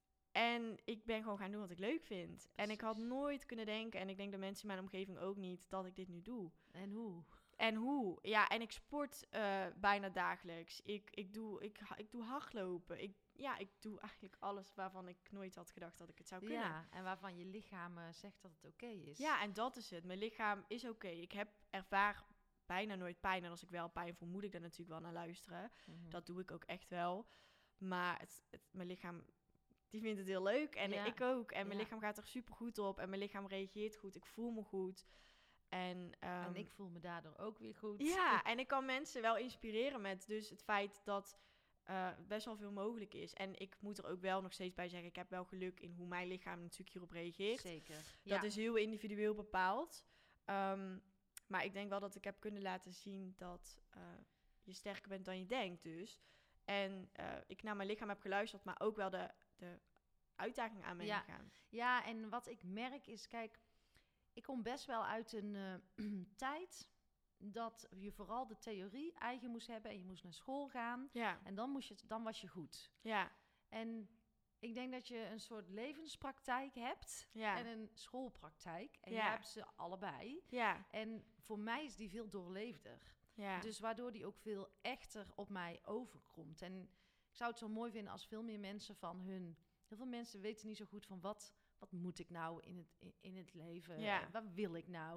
en ik ben gewoon gaan doen wat ik leuk vind. Precies. En ik had nooit kunnen denken, en ik denk de mensen in mijn omgeving ook niet, dat ik dit nu doe. En hoe? En hoe? Ja, en ik sport uh, bijna dagelijks. Ik, ik, doe, ik, ik doe hardlopen. Ik, ja, ik doe eigenlijk alles waarvan ik nooit had gedacht dat ik het zou kunnen. Ja, en waarvan je lichaam uh, zegt dat het oké okay is. Ja, en dat is het. Mijn lichaam is oké. Okay. Ik heb ervaar bijna nooit pijn. En als ik wel pijn voel, moet ik daar natuurlijk wel naar luisteren. Mm-hmm. Dat doe ik ook echt wel. Maar het, het, mijn lichaam, die vindt het heel leuk. En ja. ik ook. En mijn ja. lichaam gaat er super goed op. En mijn lichaam reageert goed. Ik voel me goed. En, um, en ik voel me daardoor ook weer goed. Ja, en ik kan mensen wel inspireren met dus het feit dat uh, best wel veel mogelijk is. En ik moet er ook wel nog steeds bij zeggen, ik heb wel geluk in hoe mijn lichaam natuurlijk hierop reageert. Zeker. Dat ja. is heel individueel bepaald. Um, maar ik denk wel dat ik heb kunnen laten zien dat uh, je sterker bent dan je denkt dus. En uh, ik naar mijn lichaam heb geluisterd, maar ook wel de, de uitdaging aan mijn ja. lichaam. Ja, en wat ik merk is, kijk, ik kom best wel uit een uh, tijd dat je vooral de theorie eigen moest hebben en je moest naar school gaan. Ja. En dan, moest je, dan was je goed. Ja. En ik denk dat je een soort levenspraktijk hebt Ja. en een schoolpraktijk. En Ja. je hebt ze allebei. Ja. En voor mij is die veel doorleefder. Ja. Dus waardoor die ook veel echter op mij overkomt. En ik zou het zo mooi vinden als veel meer mensen van hun... Heel veel mensen weten niet zo goed van wat, wat moet ik nou in het, in, in het leven? Ja. Wat wil ik nou?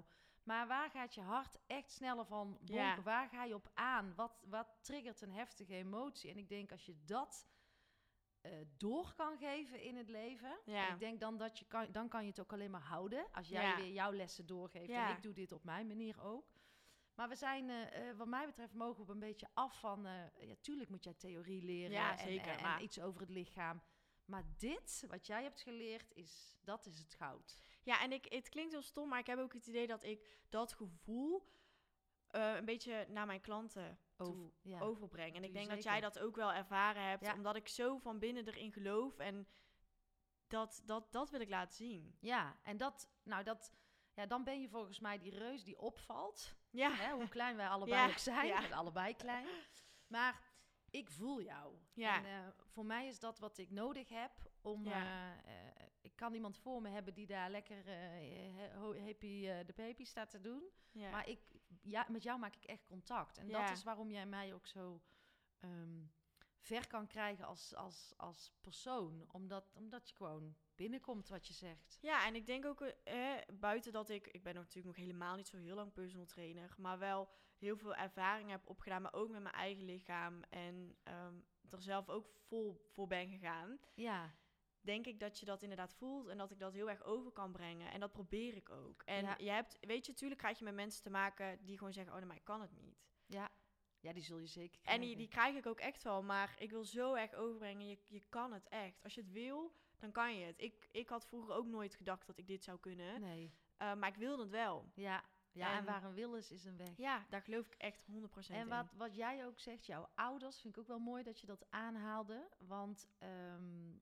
Maar waar gaat je hart echt sneller van bonken? Ja. Waar ga je op aan? Wat, wat triggert een heftige emotie? En ik denk als je dat uh, door kan geven in het leven... Ja. En ik denk dan dat je kan, dan kan je het ook alleen maar houden. Als jij Ja. weer jouw lessen doorgeeft. Ja. En ik doe dit op mijn manier ook. Maar we zijn, uh, uh, wat mij betreft, mogen we een beetje af van... Uh, ja, tuurlijk moet jij theorie leren Ja, en, zeker, en, maar... en iets over het lichaam. Maar dit, wat jij hebt geleerd, is, dat is het goud. Ja, en ik, het klinkt heel stom, maar ik heb ook het idee dat ik dat gevoel uh, een beetje naar mijn klanten toe Over, ja. overbreng. En ik denk zeker. dat jij dat ook wel ervaren hebt, Ja. omdat ik zo van binnen erin geloof en dat, dat, dat wil ik laten zien. Ja, en dat, nou dat, ja, dan ben je volgens mij die reus die opvalt. Ja. Hè, hoe klein wij allebei Ja. ook zijn, Ja. met allebei klein. Maar ik voel jou. Ja. En uh, voor mij is dat wat ik nodig heb om... Ja. Uh, uh, ik kan iemand voor me hebben die daar lekker uh, happy uh, de baby staat te doen. Ja. Maar ik, ja, met jou maak ik echt contact. En Ja. dat is waarom jij mij ook zo um, ver kan krijgen als, als, als persoon. Omdat, omdat je gewoon binnenkomt wat je zegt. Ja, en ik denk ook, eh, buiten dat ik... Ik ben natuurlijk nog helemaal niet zo heel lang personal trainer, maar wel heel veel ervaring heb opgedaan, maar ook met mijn eigen lichaam. En um, er zelf ook vol voor ben gegaan. Ja. Denk ik dat je dat inderdaad voelt en dat ik dat heel erg over kan brengen. En dat probeer ik ook. En ja. je hebt, weet je, natuurlijk krijg je met mensen te maken die gewoon zeggen, oh nee, maar ik kan het niet. Ja, ja, die zul je zeker krijgen. En die, die krijg ik ook echt wel, maar ik wil zo erg overbrengen, je, je kan het echt. Als je het wil, dan kan je het. Ik, ik had vroeger ook nooit gedacht dat ik dit zou kunnen. Nee. Uh, maar ik wilde het wel. Ja, ja en, en waar een wil is, is een weg. Ja, daar geloof ik echt honderd procent in. En wat, wat jij ook zegt, jouw ouders, vind ik ook wel mooi dat je dat aanhaalde. Want... Um,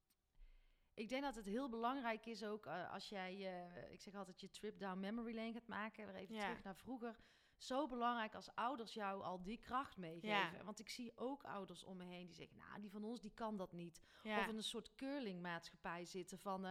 ik denk dat het heel belangrijk is ook uh, als jij, uh, ik zeg altijd, je trip down memory lane gaat maken. Weer even ja. terug naar vroeger. Zo belangrijk als ouders jou al die kracht meegeven. Ja. Want ik zie ook ouders om me heen die zeggen, nou, die van ons, die kan dat niet. Ja. Of in een soort curlingmaatschappij zitten van, uh,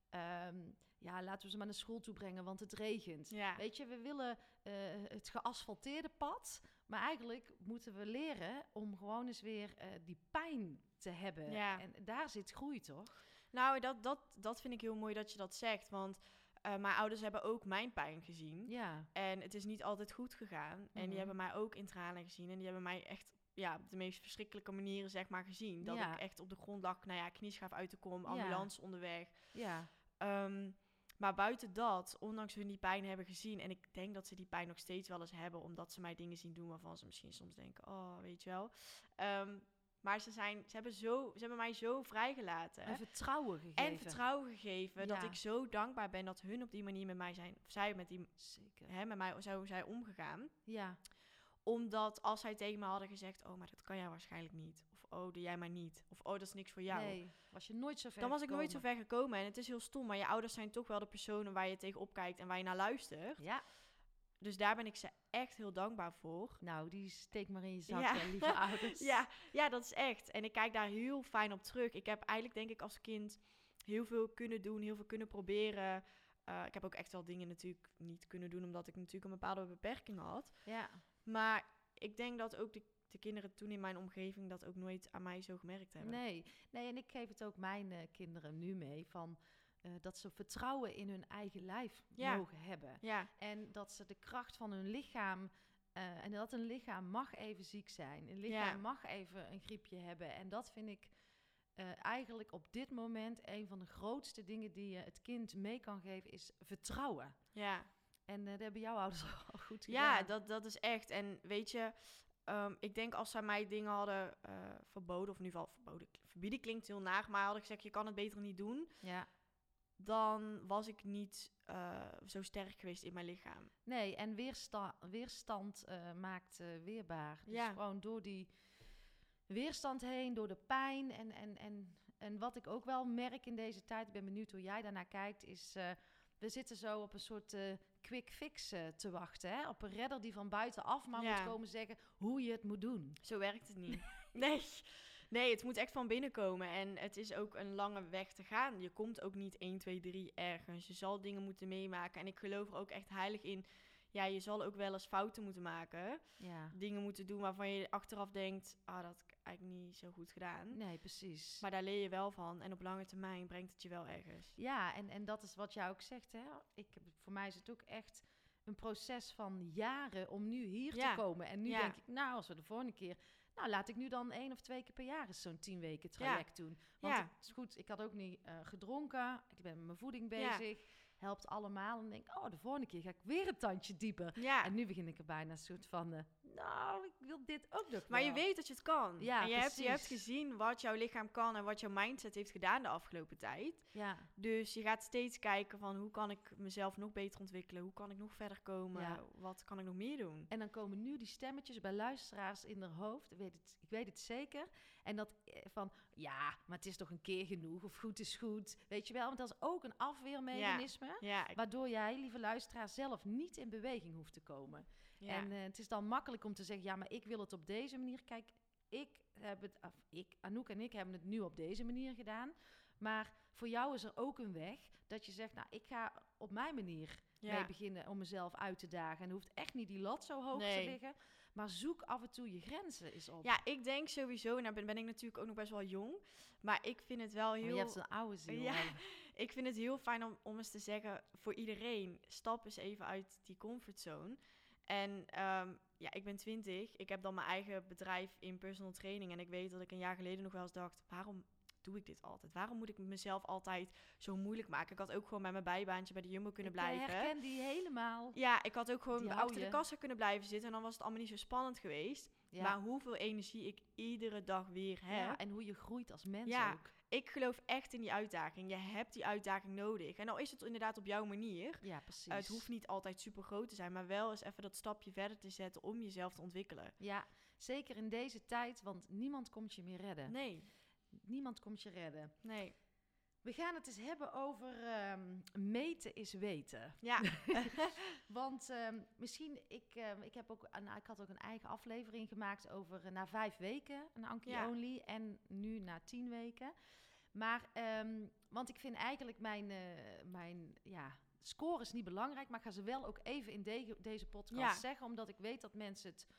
um, ja, laten we ze maar naar school toe brengen, want het regent. Ja. Weet je, we willen uh, het geasfalteerde pad, maar eigenlijk moeten we leren om gewoon eens weer uh, die pijn te hebben. Ja. En daar zit groei, toch? Nou, dat, dat, dat vind ik heel mooi dat je dat zegt. Want uh, mijn ouders hebben ook mijn pijn gezien. Ja. En het is niet altijd goed gegaan. Mm-hmm. En die hebben mij ook in tranen gezien. En die hebben mij echt ja, op de meest verschrikkelijke manieren zeg maar gezien. Dat ja. ik echt op de grond lag, nou ja, knieschaaf uit de kom, ambulance ja. onderweg. Ja. Um, maar buiten dat, ondanks hun die pijn hebben gezien... en ik denk dat ze die pijn nog steeds wel eens hebben... omdat ze mij dingen zien doen waarvan ze misschien soms denken... oh, weet je wel... Um, Maar ze, zijn, ze, hebben zo, ze hebben mij zo vrijgelaten. En vertrouwen gegeven. En vertrouwen gegeven. Ja. Dat ik zo dankbaar ben dat hun op die manier met mij zijn. Of zij met, die, Zeker. Hè, met mij zo zijn omgegaan. Ja. Omdat als zij tegen me hadden gezegd... oh, maar dat kan jij waarschijnlijk niet. Of oh, doe jij maar niet. Of oh, dat is niks voor jou. Nee, was je nooit zo ver Dan was gekomen. ik nooit zo ver gekomen. En het is heel stom. Maar je ouders zijn toch wel de personen waar je tegen opkijkt... en waar je naar luistert. Ja. Dus daar ben ik ze echt heel dankbaar voor. Nou, die steek maar in je zak, ja. hè, lieve ouders. ja, ja, dat is echt. En ik kijk daar heel fijn op terug. Ik heb eigenlijk, denk ik, als kind heel veel kunnen doen, heel veel kunnen proberen. Uh, ik heb ook echt wel dingen natuurlijk niet kunnen doen, omdat ik natuurlijk een bepaalde beperking had. Ja. Maar ik denk dat ook de, de kinderen toen in mijn omgeving dat ook nooit aan mij zo gemerkt hebben. Nee, nee en ik geef het ook mijn uh, kinderen nu mee van... Uh, dat ze vertrouwen in hun eigen lijf ja. mogen hebben. Ja. En dat ze de kracht van hun lichaam... Uh, en dat een lichaam mag even ziek zijn. Een lichaam ja. mag even een griepje hebben. En dat vind ik uh, eigenlijk op dit moment... een van de grootste dingen die je het kind mee kan geven... is vertrouwen. Ja. En uh, dat hebben jouw ouders al goed gedaan. Ja, dat, dat is echt. En weet je... Um, ik denk als zij mij dingen hadden uh, verboden... of in ieder geval verboden... verbieden klinkt heel naar... maar hadden gezegd, je kan het beter niet doen... Ja. Dan was ik niet uh, zo sterk geweest in mijn lichaam. Nee, en weersta- weerstand uh, maakt uh, weerbaar. Dus ja. gewoon door die weerstand heen, door de pijn. En, en, en, en wat ik ook wel merk in deze tijd, ik ben benieuwd hoe jij daarnaar kijkt, is... Uh, we zitten zo op een soort uh, quick fix uh, te wachten. Hè? Op een redder die van buitenaf maar ja. moet komen zeggen hoe je het moet doen. Zo werkt het niet. nee. Nee, het moet echt van binnen komen. En het is ook een lange weg te gaan. Je komt ook niet één, twee, drie ergens. Je zal dingen moeten meemaken. En ik geloof er ook echt heilig in. Ja, je zal ook wel eens fouten moeten maken. Ja. Dingen moeten doen waarvan je achteraf denkt... ah, dat heb ik eigenlijk niet zo goed gedaan. Nee, precies. Maar daar leer je wel van. En op lange termijn brengt het je wel ergens. Ja, en, en dat is wat jij ook zegt, hè. Ik, voor mij is het ook echt... een proces van jaren om nu hier Ja. te komen. En nu Ja. denk ik, nou, als we de volgende keer... Nou, laat ik nu dan één of twee keer per jaar eens zo'n tien weken traject doen. Want Ja. het is goed, ik had ook niet uh, gedronken. Ik ben met mijn voeding Ja. bezig. Helpt allemaal. En denk, oh, de volgende keer ga ik weer een tandje dieper. Ja. En nu begin ik er bijna een soort van... Uh, nou, ik wil dit ook nog Maar wel. je weet dat je het kan. Ja, en je hebt, je hebt precies. gezien wat jouw lichaam kan en wat jouw mindset heeft gedaan de afgelopen tijd. Ja, Dus je gaat steeds kijken van hoe kan ik mezelf nog beter ontwikkelen? Hoe kan ik nog verder komen? Ja. Wat kan ik nog meer doen? en dan komen nu die stemmetjes bij luisteraars in haar hoofd. Ik weet het, ik weet het zeker. En dat eh, van, ja, maar het is toch een keer genoeg. Of goed is goed. Weet je wel, want dat is ook een afweermechanisme. Ja, ik- Waardoor jij, lieve luisteraar, zelf niet in beweging hoeft te komen. ja. En uh, het is dan makkelijk om te zeggen, ja, maar ik wil het op deze manier. Kijk, ik heb het, of ik, Anouk en ik hebben het nu op deze manier gedaan. Maar voor jou is er ook een weg dat je zegt, nou, ik ga op mijn manier Ja. mee beginnen om mezelf uit te dagen. En er hoeft echt niet die lat zo hoog Nee. te liggen. Maar zoek af en toe je grenzen eens op. Ja, ik denk sowieso, nou ben, ben ik natuurlijk ook nog best wel jong, maar ik vind het wel Maar heel... je hebt zo'n oude ziel. Ja. hè. Ik vind het heel fijn om, om eens te zeggen, voor iedereen, stap eens even uit die comfortzone. En ehm, ja, ik ben twintig, ik heb dan mijn eigen bedrijf in personal training en ik weet dat ik een jaar geleden nog wel eens dacht, waarom doe ik dit altijd? Waarom moet ik mezelf altijd zo moeilijk maken? Ik had ook gewoon bij mijn bijbaantje bij de Jumbo kunnen Ik, uh, blijven. herken die helemaal. Ja, ik had ook gewoon Die achter hou de je. kassa kunnen blijven zitten en dan was het allemaal niet zo spannend geweest. Ja. Maar hoeveel energie ik iedere dag weer heb. Ja, en hoe je groeit als mens Ja. ook. Ik geloof echt in die uitdaging. Je hebt die uitdaging nodig. En al is het inderdaad op jouw manier. Ja, precies. Uh, het hoeft niet altijd super groot te zijn, maar wel eens even dat stapje verder te zetten om jezelf te ontwikkelen. Ja, zeker in deze tijd, want niemand komt je meer redden. Nee, Niemand komt je redden. nee. We gaan het eens hebben over ehm, meten is weten. Ja, Want ehm, misschien, ik, ehm, ik, heb ook, nou, ik had ook een eigen aflevering gemaakt over uh, na vijf weken een Anki Ja. Only en nu na tien weken. Maar, ehm, want ik vind eigenlijk mijn, uh, mijn ja, score is niet belangrijk, maar ik ga ze wel ook even in de, deze podcast Ja. zeggen, omdat ik weet dat mensen het...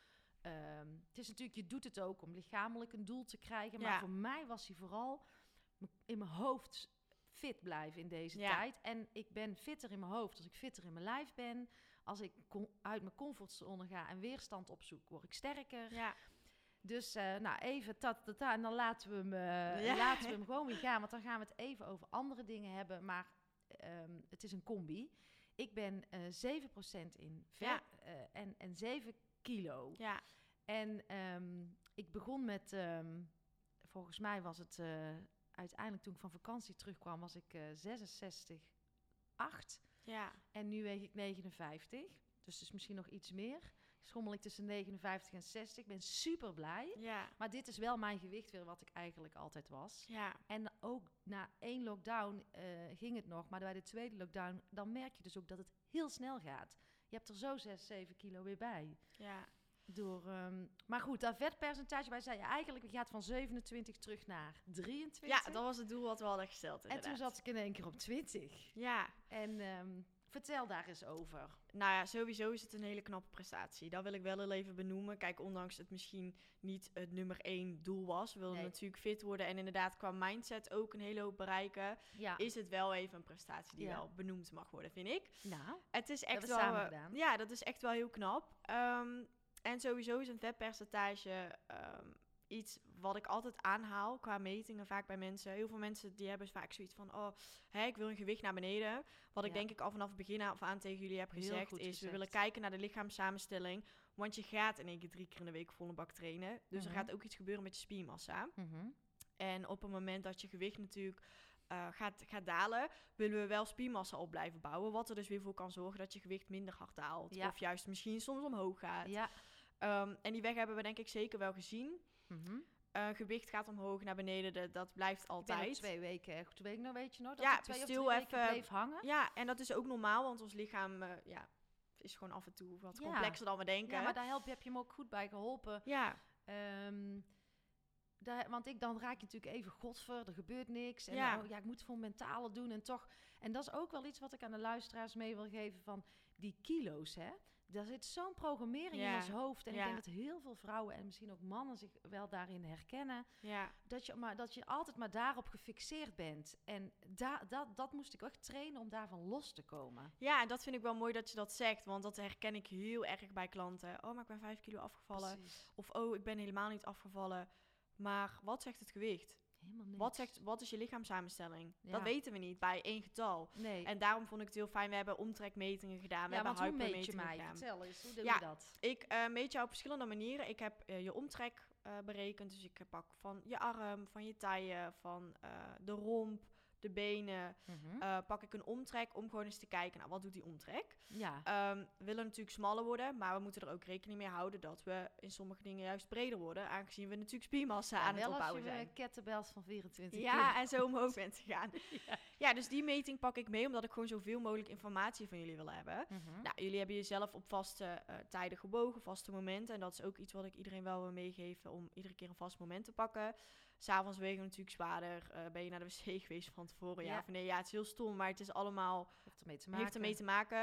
Um, het is natuurlijk, je doet het ook om lichamelijk een doel te krijgen, maar Ja. voor mij was hij vooral m- in mijn hoofd fit blijven in deze Ja. tijd. En ik ben fitter in mijn hoofd als ik fitter in mijn lijf ben. Als ik con- uit mijn comfortzone ga en weerstand opzoek, word ik sterker. ja, Dus uh, nou even tat, tat, tat, en dan laten we, hem, uh, Ja. laten we hem gewoon weer gaan. Want dan gaan we het even over andere dingen hebben. Maar um, het is een combi. Ik ben uh, zeven procent in vet Ja. uh, en, en zeven kilo. ja, En um, ik begon met, um, volgens mij was het uh, uiteindelijk toen ik van vakantie terugkwam, was ik uh, zesenzestig komma acht. ja, En nu weeg ik negenenvijftig. Dus dus misschien nog iets meer. Schommel ik tussen negenenvijftig en zestig. Ik ben super blij. ja, Maar dit is wel mijn gewicht weer wat ik eigenlijk altijd was. ja, En ook na één lockdown uh, ging het nog. Maar bij de tweede lockdown, dan merk je dus ook dat het heel snel gaat. Je hebt er zo zes, zeven kilo weer bij. ja. Door, um, maar goed, dat vetpercentage, wij zeiden eigenlijk, je gaat van zevenentwintig terug naar drieëntwintig. Ja, dat was het doel wat we hadden gesteld En inderdaad. toen zat ik in één keer op twintig. Ja, En um, vertel daar eens over. nou ja, sowieso is het een hele knappe prestatie. Dat wil ik wel heel even benoemen. Kijk, ondanks het misschien niet het nummer één doel was. We wilden Nee. natuurlijk fit worden en inderdaad qua mindset ook een hele hoop bereiken. Ja, Is het wel even een prestatie die Ja. wel benoemd mag worden, vind ik. nou, Het is echt we wel... samen eh, gedaan. Ja, dat is echt wel heel knap. Um, en sowieso is een vetpercentage um, iets wat ik altijd aanhaal qua metingen vaak bij mensen. Heel veel mensen die hebben vaak zoiets van, oh, hè, ik wil een gewicht naar beneden. Wat ik Ja. denk ik al vanaf het begin af aan tegen jullie heb Heel gezegd, goed is gezegd. we willen kijken naar de lichaamssamenstelling. Want je gaat in één keer drie keer in de week volle bak trainen. Dus Mhm. er gaat ook iets gebeuren met je spiermassa. Mhm. En op het moment dat je gewicht natuurlijk uh, gaat, gaat dalen, willen we wel spiermassa op blijven bouwen. Wat er dus weer voor kan zorgen dat je gewicht minder hard daalt. Ja. Of juist misschien soms omhoog gaat. Ja. Um, en die weg hebben we denk ik zeker wel gezien. Mhm. Uh, gewicht gaat omhoog, naar beneden, de, dat blijft Ik ben ook altijd. twee weken, echt twee weken, nou weet je nog, dat Ja, ik twee of stil drie weken even- bleef hangen. Ja, en dat is ook normaal, want ons lichaam uh, ja, is gewoon af en toe wat Ja. complexer dan we denken. Ja, maar daar help, heb je hem ook goed bij geholpen. Ja, Um, daar, want ik, dan raak je natuurlijk even, godver, er gebeurt niks. En Ja. ja. Oh, ja, ik moet voor mentale doen en toch. En dat is ook wel iets wat ik aan de luisteraars mee wil geven van die kilo's, hè. daar zit zo'n programmering Ja. in ons hoofd. En Ja. ik denk dat heel veel vrouwen en misschien ook mannen zich wel daarin herkennen. Ja. Dat je, maar, dat je altijd maar daarop gefixeerd bent. En da, dat, dat moest ik echt trainen om daarvan los te komen. Ja, en dat vind ik wel mooi dat je dat zegt. Want dat herken ik heel erg bij klanten. Oh, maar ik ben vijf kilo afgevallen. Precies. Of oh, ik ben helemaal niet afgevallen. Maar wat zegt het gewicht? Helemaal niks. Wat, zegt, wat is je lichaamssamenstelling? Ja. Dat weten we niet bij één getal. Nee. En daarom vond ik het heel fijn. We hebben omtrekmetingen gedaan. We ja, hebben want hoe meet je huidmetingen mij? gedaan. Vertel eens, hoe doe Ja. je dat? Ik uh, meet jou op verschillende manieren. Ik heb uh, je omtrek uh, berekend. Dus ik pak van je arm, van je taille, van uh, de romp, de benen. Mhm. Uh, pak ik een omtrek om gewoon eens te kijken, nou, wat doet die omtrek? Ja. Um, we willen natuurlijk smaller worden, maar we moeten er ook rekening mee houden dat we in sommige dingen juist breder worden, aangezien we natuurlijk spiermassa Ja, aan het wel opbouwen als je zijn. een kettlebells van vierentwintig Ja, kilo. en zo omhoog bent gegaan. Ja. Ja, dus die meting pak ik mee, omdat ik gewoon zoveel mogelijk informatie van jullie wil hebben. Mhm. Nou, jullie hebben jezelf op vaste uh, tijden gewogen, vaste momenten. En dat is ook iets wat ik iedereen wel wil meegeven, om iedere keer een vast moment te pakken. S'avonds wegen we natuurlijk zwaarder. Uh, ben je naar de wc geweest van tevoren? Ja. ja of nee? Ja, het is heel stom, maar het is allemaal... Heeft ermee te maken. Heeft ermee te maken.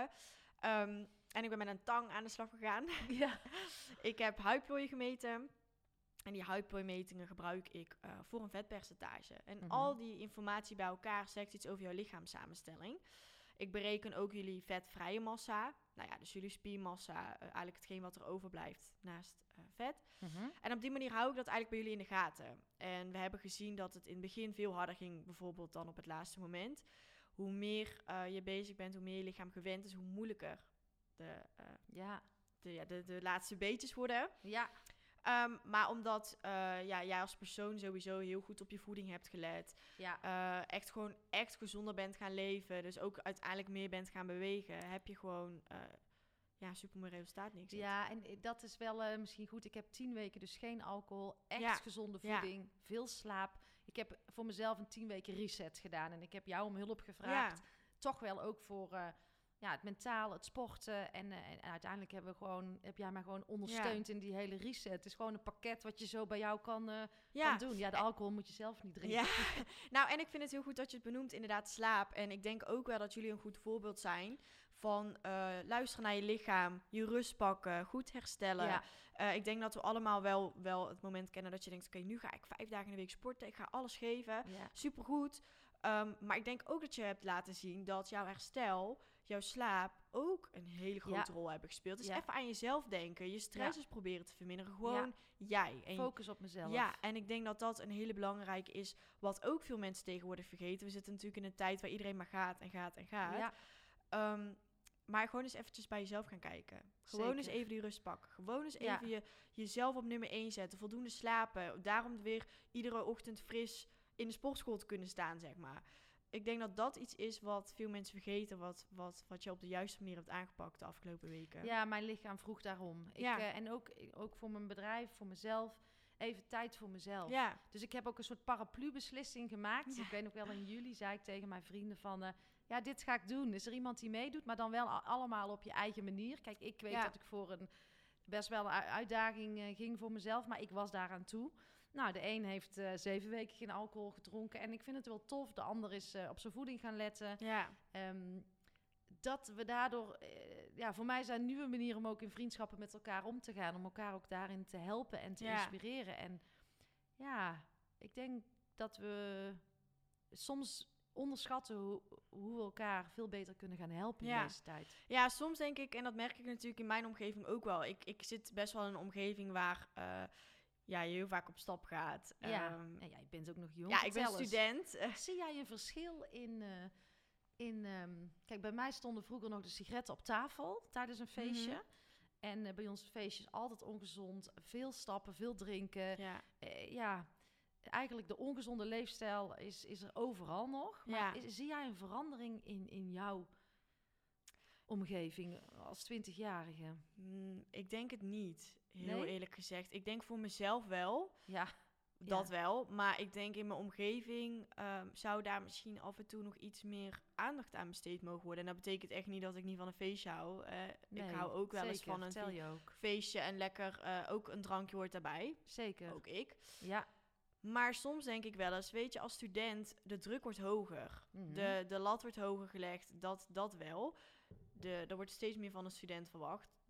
Um, en ik ben met een tang aan de slag gegaan. Ja. Ik heb huidplooien gemeten. En die huidplooimetingen gebruik ik uh, voor een vetpercentage. En mm-hmm. al die informatie bij elkaar zegt iets over jouw lichaamssamenstelling. Ik bereken ook jullie vetvrije massa. Nou ja, dus jullie spiermassa, uh, eigenlijk hetgeen wat er overblijft naast uh, vet. Mm-hmm. En op die manier hou ik dat eigenlijk bij jullie in de gaten. En we hebben gezien dat het in het begin veel harder ging, bijvoorbeeld dan op het laatste moment. Hoe meer uh, je bezig bent, hoe meer je lichaam gewend is, hoe moeilijker de, uh, ja. de, ja, de, de laatste beetjes worden. Ja. Um, maar omdat uh, ja, jij als persoon sowieso heel goed op je voeding hebt gelet. Ja. Uh, echt gewoon echt gezonder bent gaan leven. Dus ook uiteindelijk meer bent gaan bewegen. Heb je gewoon uh, ja, super mooi resultaat neergezet. Ja, en dat is wel uh, misschien goed. Ik heb tien weken dus geen alcohol. Echt ja. gezonde voeding. Ja. Veel slaap. Ik heb voor mezelf een tien weken reset gedaan. En ik heb jou om hulp gevraagd. Ja. Toch wel ook voor... Uh, Ja, het mentaal, het sporten. En, uh, en uiteindelijk hebben we gewoon, heb jij mij gewoon ondersteund ja. in die hele reset. Het is gewoon een pakket wat je zo bij jou kan, uh, ja. kan doen. Ja, de alcohol moet je zelf niet drinken. Ja. Nou, en ik vind het heel goed dat je het benoemt, inderdaad slaap. En ik denk ook wel dat jullie een goed voorbeeld zijn van uh, luisteren naar je lichaam, je rust pakken, goed herstellen. Ja. Uh, ik denk dat we allemaal wel, wel het moment kennen dat je denkt, oké, okay, nu ga ik vijf dagen in de week sporten. Ik ga alles geven. Ja. Supergoed. Um, maar ik denk ook dat je hebt laten zien dat jouw herstel, jouw slaap ook een hele grote ja. rol hebben gespeeld. Dus ja. even aan jezelf denken. Je stress ja. is proberen te verminderen. Gewoon ja. jij. En focus op mezelf. Ja, en ik denk dat dat een hele belangrijke is. Wat ook veel mensen tegenwoordig vergeten. We zitten natuurlijk in een tijd waar iedereen maar gaat en gaat en gaat. Ja. Um, maar gewoon eens eventjes bij jezelf gaan kijken. Gewoon Zeker. eens even die rust pakken. Gewoon eens ja. even je, jezelf op nummer één zetten. Voldoende slapen. Daarom weer iedere ochtend fris in de sportschool te kunnen staan, zeg maar. Ik denk dat dat iets is wat veel mensen vergeten, wat, wat, wat je op de juiste manier hebt aangepakt de afgelopen weken. Ja, mijn lichaam vroeg daarom. Ik, ja. uh, en ook, ook voor mijn bedrijf, voor mezelf, even tijd voor mezelf. Ja. Dus ik heb ook een soort paraplu-beslissing gemaakt. Ja. Ik weet nog wel, in juli zei ik tegen mijn vrienden van... Uh, ja, dit ga ik doen. Is er iemand die meedoet, maar dan wel a- allemaal op je eigen manier. Kijk, ik weet ja. dat ik voor een best wel een uitdaging uh, ging voor mezelf, maar ik was daaraan toe. Nou, de een heeft uh, zeven weken geen alcohol gedronken. En ik vind het wel tof. De ander is uh, op zijn voeding gaan letten. Ja. Um, dat we daardoor... Uh, ja, voor mij zijn nieuwe manieren om ook in vriendschappen met elkaar om te gaan. Om elkaar ook daarin te helpen en te ja. inspireren. En ja, ik denk dat we soms onderschatten hoe, hoe we elkaar veel beter kunnen gaan helpen ja. in deze tijd. Ja, soms denk ik, en dat merk ik natuurlijk in mijn omgeving ook wel. Ik, ik zit best wel in een omgeving waar... Uh, ja, je heel vaak op stap gaat. Ja, um, en jij bent ook nog jong. Ja, ik ben student. Zie jij een verschil in... Uh, in um, kijk, bij mij stonden vroeger nog de sigaretten op tafel tijdens een feestje. Mm-hmm. En uh, bij ons feestjes altijd ongezond. Veel stappen, veel drinken. Ja, uh, ja eigenlijk de ongezonde leefstijl is, is er overal nog. Maar ja. is, zie jij een verandering in, in jouw omgeving als twintigjarige? Mm, ik denk het niet. Heel nee? eerlijk gezegd. Ik denk voor mezelf wel. Ja. Dat ja. wel. Maar ik denk in mijn omgeving um, zou daar misschien af en toe nog iets meer aandacht aan besteed mogen worden. En dat betekent echt niet dat ik niet van een feestje hou. Uh, nee, ik hou ook wel zeker, eens van een vertel je ook. feestje en lekker uh, ook een drankje hoort daarbij. Zeker. Ook ik. Ja. Maar soms denk ik wel eens, weet je, als student, de druk wordt hoger. Mm-hmm. De, de lat wordt hoger gelegd, dat, dat wel. De, er wordt steeds meer van een student verwacht.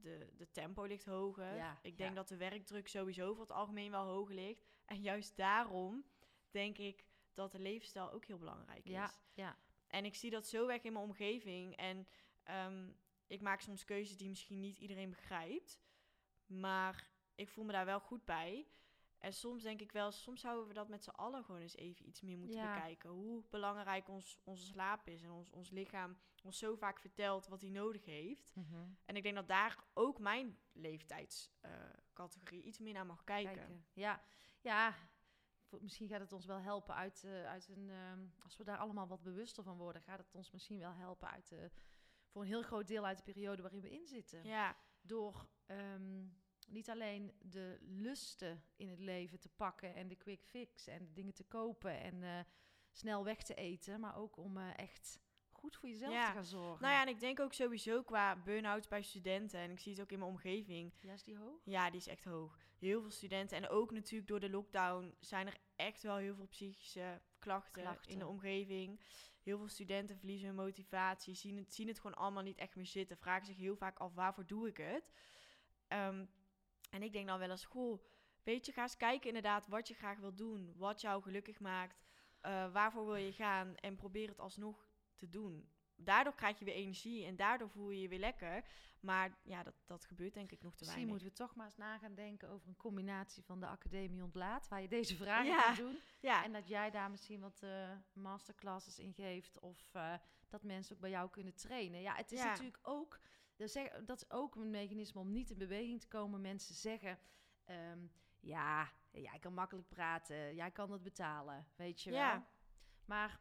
de, de tempo ligt hoger. Ja, Ik denk ja. dat de werkdruk sowieso voor het algemeen wel hoger ligt. En juist daarom denk ik dat de levensstijl ook heel belangrijk Ja, is. ja. En ik zie dat zo weg in mijn omgeving. En um, ik maak soms keuzes die misschien niet iedereen begrijpt. Maar ik voel me daar wel goed bij. En soms denk ik wel, soms zouden we dat met z'n allen gewoon eens even iets meer moeten Ja. bekijken. Hoe belangrijk ons, onze slaap is. En ons, ons lichaam ons zo vaak vertelt wat hij nodig heeft. Mm-hmm. En ik denk dat daar ook mijn leeftijdscategorie uh, iets meer naar mag kijken. kijken. Ja, ja. Misschien gaat het ons wel helpen uit, uh, uit een... Um, als we daar allemaal wat bewuster van worden, gaat het ons misschien wel helpen uit uh, voor een heel groot deel uit de periode waarin we in zitten. Ja. Door um, niet alleen de lusten in het leven te pakken en de quick fix en de dingen te kopen en uh, snel weg te eten, maar ook om uh, echt goed voor jezelf ja. te gaan zorgen. Nou ja, en ik denk ook sowieso qua burn-out bij studenten, en ik zie het ook in mijn omgeving. Ja, is die hoog? Ja, die is echt hoog. Heel veel studenten en ook natuurlijk door de lockdown zijn er echt wel heel veel psychische klachten, klachten. in de omgeving. Heel veel studenten verliezen hun motivatie, zien het, zien het gewoon allemaal niet echt meer zitten. Vragen zich heel vaak af, waarvoor doe ik het? Um, en ik denk dan wel eens, goh, weet je, ga eens kijken inderdaad wat je graag wil doen. Wat jou gelukkig maakt. Uh, waarvoor wil je gaan? En probeer het alsnog te doen. Daardoor krijg je weer energie en daardoor voel je je weer lekker. Maar ja, dat, dat gebeurt denk ik nog te Misschien weinig. moeten we toch maar eens na gaan denken over een combinatie van de Academie Ontlaat, waar je deze vragen ja. kan doen. Ja. En dat jij daar misschien wat uh, masterclasses in geeft of uh, dat mensen ook bij jou kunnen trainen. Ja, het is ja. natuurlijk ook, dat is ook een mechanisme om niet in beweging te komen. Mensen zeggen, um, ja, jij kan makkelijk praten, jij kan het betalen, weet je ja. wel. Maar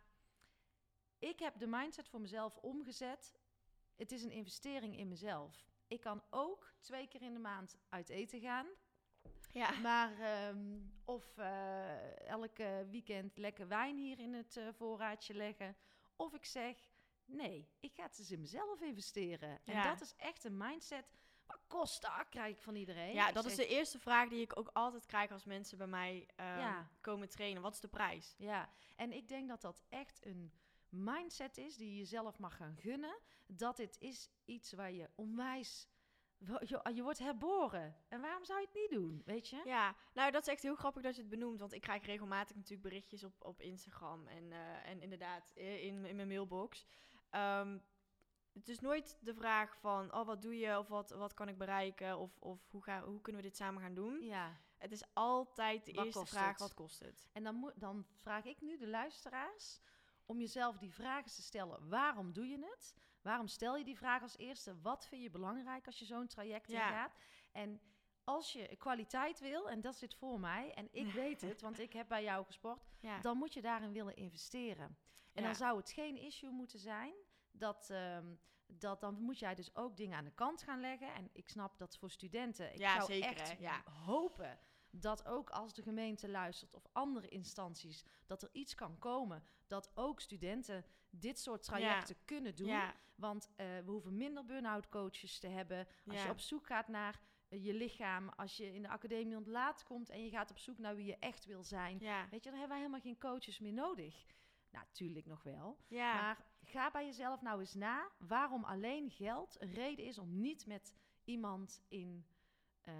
ik heb de mindset voor mezelf omgezet. Het is een investering in mezelf. Ik kan ook twee keer in de maand uit eten gaan. Ja. Maar um, of uh, elke weekend lekker wijn hier in het uh, voorraadje leggen. Of ik zeg, nee, ik ga het eens in mezelf investeren. En ja. dat is echt een mindset. Wat kost dat? Krijg ik van iedereen. Ja, ik dat zeg, is de eerste vraag die ik ook altijd krijg als mensen bij mij um, ja. komen trainen. Wat is de prijs? Ja, en ik denk dat dat echt een mindset is die je jezelf mag gaan gunnen. Dat dit is iets waar je onwijs... Je, je wordt herboren. En waarom zou je het niet doen, weet je? Ja, nou dat is echt heel grappig dat je het benoemt. Want ik krijg regelmatig natuurlijk berichtjes op, op Instagram. En, uh, en inderdaad in, in mijn mailbox. Um, het is nooit de vraag van, oh wat doe je? Of wat, wat kan ik bereiken? Of, of hoe, ga, hoe kunnen we dit samen gaan doen? Ja. Het is altijd de wat eerste vraag, het? wat kost het? En dan, moet, dan vraag ik nu de luisteraars om jezelf die vragen te stellen. Waarom doe je het? Waarom stel je die vraag als eerste? Wat vind je belangrijk als je zo'n traject ja. ingaat? En als je kwaliteit wil, en dat zit voor mij, en ik weet het, want ik heb bij jou gesport, ja. dan moet je daarin willen investeren. En ja. dan zou het geen issue moeten zijn, dat, um, dat dan moet jij dus ook dingen aan de kant gaan leggen. En ik snap dat voor studenten, ik ja, zou zeker, echt ja. hopen dat ook als de gemeente luistert of andere instanties, dat er iets kan komen, dat ook studenten dit soort trajecten ja. kunnen doen. Ja. Want uh, we hoeven minder burn-out coaches te hebben. Als ja. je op zoek gaat naar uh, je lichaam, als je in de Academie Ontlaat komt en je gaat op zoek naar wie je echt wil zijn, ja. weet je, dan hebben wij helemaal geen coaches meer nodig. Natuurlijk nog wel. Ja. Maar ga bij jezelf nou eens na waarom alleen geld een reden is om niet met iemand in... Uh,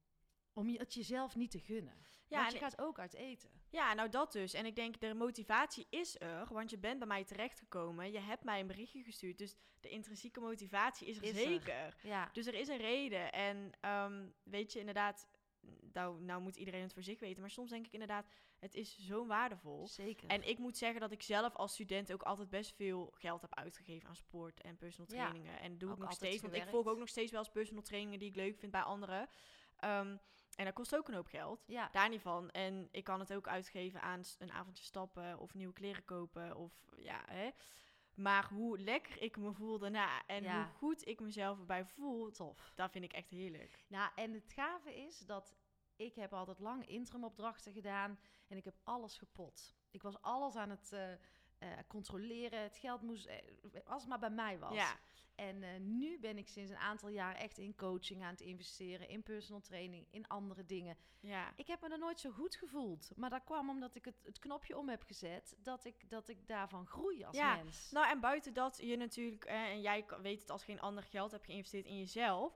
om je, het jezelf niet te gunnen. Ja, want je gaat ook uit eten. Ja, nou dat dus. En ik denk, de motivatie is er, want je bent bij mij terechtgekomen. Je hebt mij een berichtje gestuurd, dus de intrinsieke motivatie is er is zeker. Er. Ja. Dus er is een reden. En um, weet je, inderdaad, nou, nou moet iedereen het voor zich weten, maar soms denk ik inderdaad, het is zo waardevol. Zeker. En ik moet zeggen dat ik zelf als student ook altijd best veel geld heb uitgegeven aan sport en personal trainingen. Ja. En dat doe ook ik nog steeds, gewerkt. want ik volg ook nog steeds wel eens personal trainingen die ik leuk vind bij anderen. Um, En dat kost ook een hoop geld. Ja. Daar niet van. En ik kan het ook uitgeven aan een avondje stappen of nieuwe kleren kopen. Of ja, hè. Maar hoe lekker ik me voel daarna en ja. hoe goed ik mezelf erbij voel, tof. Dat vind ik echt heerlijk. Nou, en het gave is dat ik heb altijd lang interimopdrachten gedaan en ik heb alles gepot. Ik was alles aan het uh, uh, controleren. Het geld moest, uh, als het maar bij mij was. Ja. En uh, nu ben ik sinds een aantal jaar echt in coaching aan het investeren, in personal training, in andere dingen. Ja. Ik heb me er nooit zo goed gevoeld. Maar dat kwam omdat ik het, het knopje om heb gezet, dat ik, dat ik daarvan groei als ja. mens. Nou, en buiten dat je natuurlijk, eh, en jij weet het als geen ander, geld hebt geïnvesteerd in jezelf.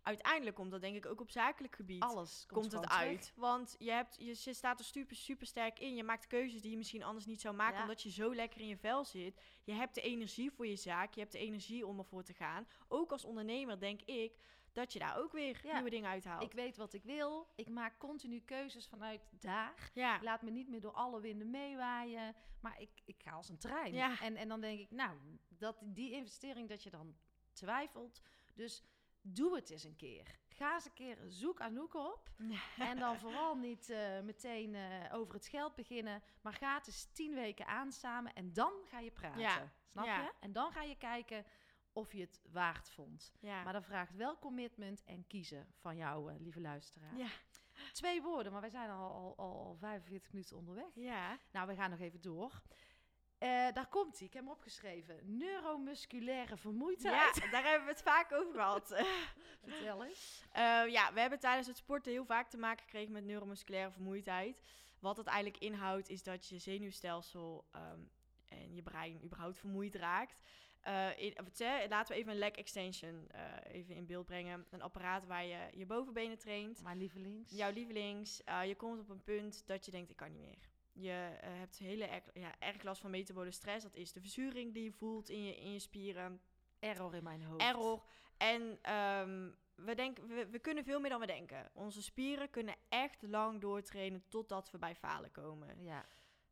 uiteindelijk komt dat denk ik ook op zakelijk gebied. Alles komt, komt het gewoon uit. terug. Want je, hebt, je, je staat er super, super sterk in. Je maakt keuzes die je misschien anders niet zou maken, Ja. omdat je zo lekker in je vel zit. Je hebt de energie voor je zaak. Je hebt de energie om ervoor te gaan. Ook als ondernemer denk ik dat je daar ook weer Ja. nieuwe dingen uithaalt. Ik weet wat ik wil. Ik maak continu keuzes vanuit daar. ja. Ik laat me niet meer door alle winden meewaaien. Maar ik, ik ga als een trein. Ja. En, en dan denk ik, nou, dat, die investering dat je dan twijfelt. Dus doe het eens een keer. Ga eens een keer, zoek Anouk op. En dan vooral niet uh, meteen uh, over het geld beginnen. Maar ga het eens tien weken aan samen. En dan ga je praten. Ja. Snap Ja. je? En dan ga je kijken of je het waard vond. Ja. Maar dat vraagt wel commitment en kiezen van jou, uh, lieve luisteraar. Ja. Twee woorden, maar wij zijn al, al, al, al vijfenveertig minuten onderweg. Ja. Nou, we gaan nog even door. Uh, daar komt hij. Ik heb hem opgeschreven. Neuromusculaire vermoeidheid. Ja, daar hebben we het vaak over gehad. Vertel eens. Uh, ja, we hebben tijdens het sporten heel vaak te maken gekregen met neuromusculaire vermoeidheid. Wat het eigenlijk inhoudt is dat je zenuwstelsel um, en je brein überhaupt vermoeid raakt. Uh, in, uh, laten we even een leg extension uh, even in beeld brengen. Een apparaat waar je je bovenbenen traint. Mijn lievelings. Jouw lievelings. Uh, je komt op een punt dat je denkt, ik kan niet meer. Je uh, hebt hele erg, ja, erg last van metabole stress. Dat is de verzuring die je voelt in je, in je spieren. Error in mijn hoofd. Error. En um, we, denken, we, we kunnen veel meer dan we denken. Onze spieren kunnen echt lang doortrainen totdat we bij falen komen. Ja.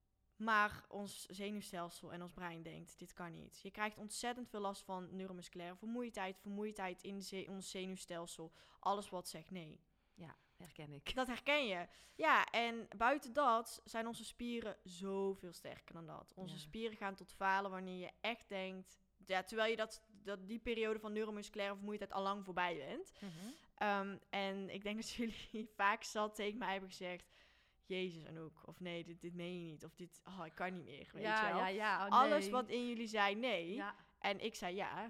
Maar ons zenuwstelsel en ons brein denkt, dit kan niet. Je krijgt ontzettend veel last van neuromusculaire vermoeidheid. Vermoeidheid in ze- ons zenuwstelsel. Alles wat zegt nee. Ja, herken ik. Dat herken je. Ja, en buiten dat zijn onze spieren zoveel sterker dan dat. Onze Ja. spieren gaan tot falen wanneer je echt denkt... Ja, terwijl je dat, dat die periode van neuromusculaire vermoeidheid al lang voorbij bent. Mm-hmm. Um, en ik denk dat jullie vaak zat tegen mij hebben gezegd... Jezus, Anouk. Of nee, dit, dit meen je niet. Of dit, oh, ik kan niet meer, weet ja, je wel. ja, ja. Oh, Alles nee. wat in jullie zei nee. Ja, En ik zei ja.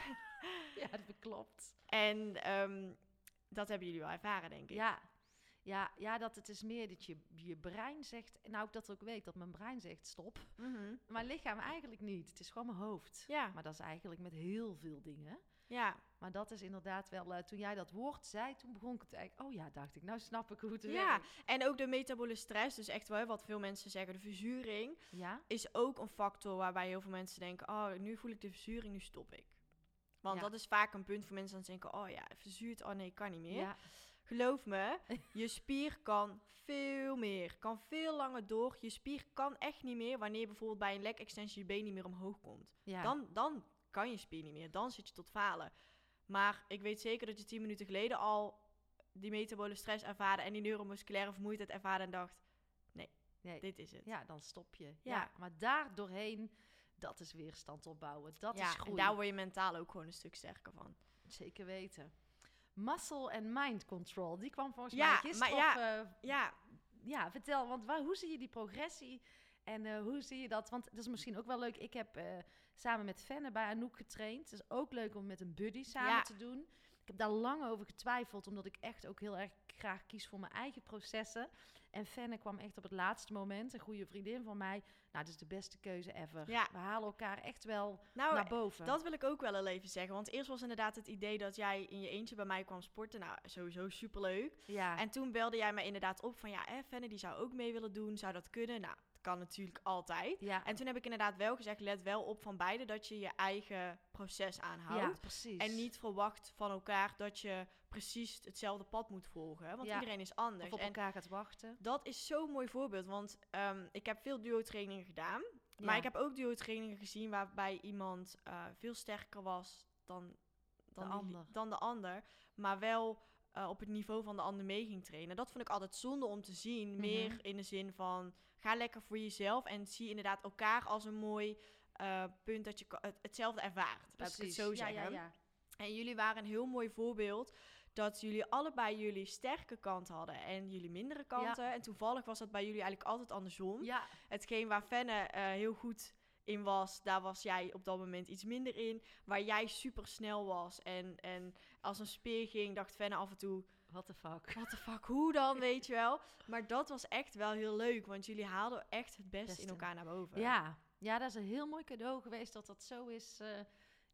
ja dat klopt. En um, dat hebben jullie wel ervaren, denk ik. Ja. Ja, ja, dat het is meer dat je, je brein zegt... Nou, ik dat ook weet, dat mijn brein zegt stop. Mm-hmm. Mijn lichaam eigenlijk niet. Het is gewoon mijn hoofd. Ja. Maar dat is eigenlijk met heel veel dingen. Ja. Maar dat is inderdaad wel... Uh, toen jij dat woord zei, toen begon ik het eigenlijk... Oh ja, dacht ik, nou snap ik hoe het Ja, werkt. en ook de metabole stress, dus echt wel wat veel mensen zeggen, de verzuring, Ja? is ook een factor waarbij heel veel mensen denken, oh, nu voel ik de verzuring, nu stop ik. Want Ja. dat is vaak een punt voor mensen aan het denken, oh ja, verzuurd, oh nee, kan niet meer. Ja. Geloof me, je spier kan veel meer, kan veel langer door. Je spier kan echt niet meer wanneer bijvoorbeeld bij een leg extension je been niet meer omhoog komt. Ja. Dan, dan kan je spier niet meer, dan zit je tot falen. Maar ik weet zeker dat je tien minuten geleden al die metabole stress ervaarde en die neuromusculaire vermoeidheid ervaarde en dacht, nee, Nee. dit is het. Ja, dan stop je. Ja. Ja. Maar daar doorheen, dat is weerstand opbouwen. Dat ja, is groei. en daar word je mentaal ook gewoon een stuk sterker van. Zeker weten. Muscle and mind control, die kwam volgens Ja, mij gisteren maar op, uh, Ja, ja, vertel, want waar, hoe zie je die progressie en uh, hoe zie je dat? Want dat is misschien ook wel leuk. Ik heb uh, samen met Fenne bij Anouk getraind. Het is ook leuk om met een buddy samen Ja. te doen. Ik heb daar lang over getwijfeld, omdat ik echt ook heel erg graag kies voor mijn eigen processen. En Fenne kwam echt op het laatste moment, een goede vriendin van mij. Nou, dat is de beste keuze ever. Ja. We halen elkaar echt wel nou, naar boven. dat wil ik ook wel even zeggen. Want eerst was inderdaad het idee dat jij in je eentje bij mij kwam sporten. Nou, sowieso superleuk. ja. En toen belde jij mij inderdaad op van, ja, hè, Fenne die zou ook mee willen doen. Zou dat kunnen? Nou, dat kan natuurlijk altijd. ja. En toen heb ik inderdaad wel gezegd, let wel op van beide dat je je eigen proces aanhoudt. ja, precies. En niet verwacht van elkaar dat je precies hetzelfde pad moet volgen. Want Ja. iedereen is anders. Of op En elkaar gaat wachten. dat is zo'n mooi voorbeeld. Want um, ik heb veel duo-trainingen gedaan. Maar Ja. ik heb ook duo-trainingen gezien waarbij iemand uh, veel sterker was dan, dan, De die- ander. dan de ander. Maar wel uh, op het niveau van de ander mee ging trainen. Dat vond ik altijd zonde om te zien. Mhm. Meer in de zin van, ga lekker voor jezelf. En zie inderdaad elkaar als een mooi uh, punt dat je ka- het, hetzelfde ervaart. Laat ik het zo ja, zeggen. ja, ja. En jullie waren een heel mooi voorbeeld dat jullie allebei jullie sterke kant hadden en jullie mindere kanten. En toevallig was dat bij jullie eigenlijk altijd andersom. Ja, Hetgeen waar Fenne uh, heel goed in was, daar was jij op dat moment iets minder in. Waar jij super snel was en, en als een speer ging, dacht Fenne af en toe, what the fuck. what the fuck, hoe dan, weet je wel. Maar dat was echt wel heel leuk, want jullie haalden echt het beste Beste. in elkaar naar boven. Ja. ja, dat is een heel mooi cadeau geweest dat dat zo is, uh,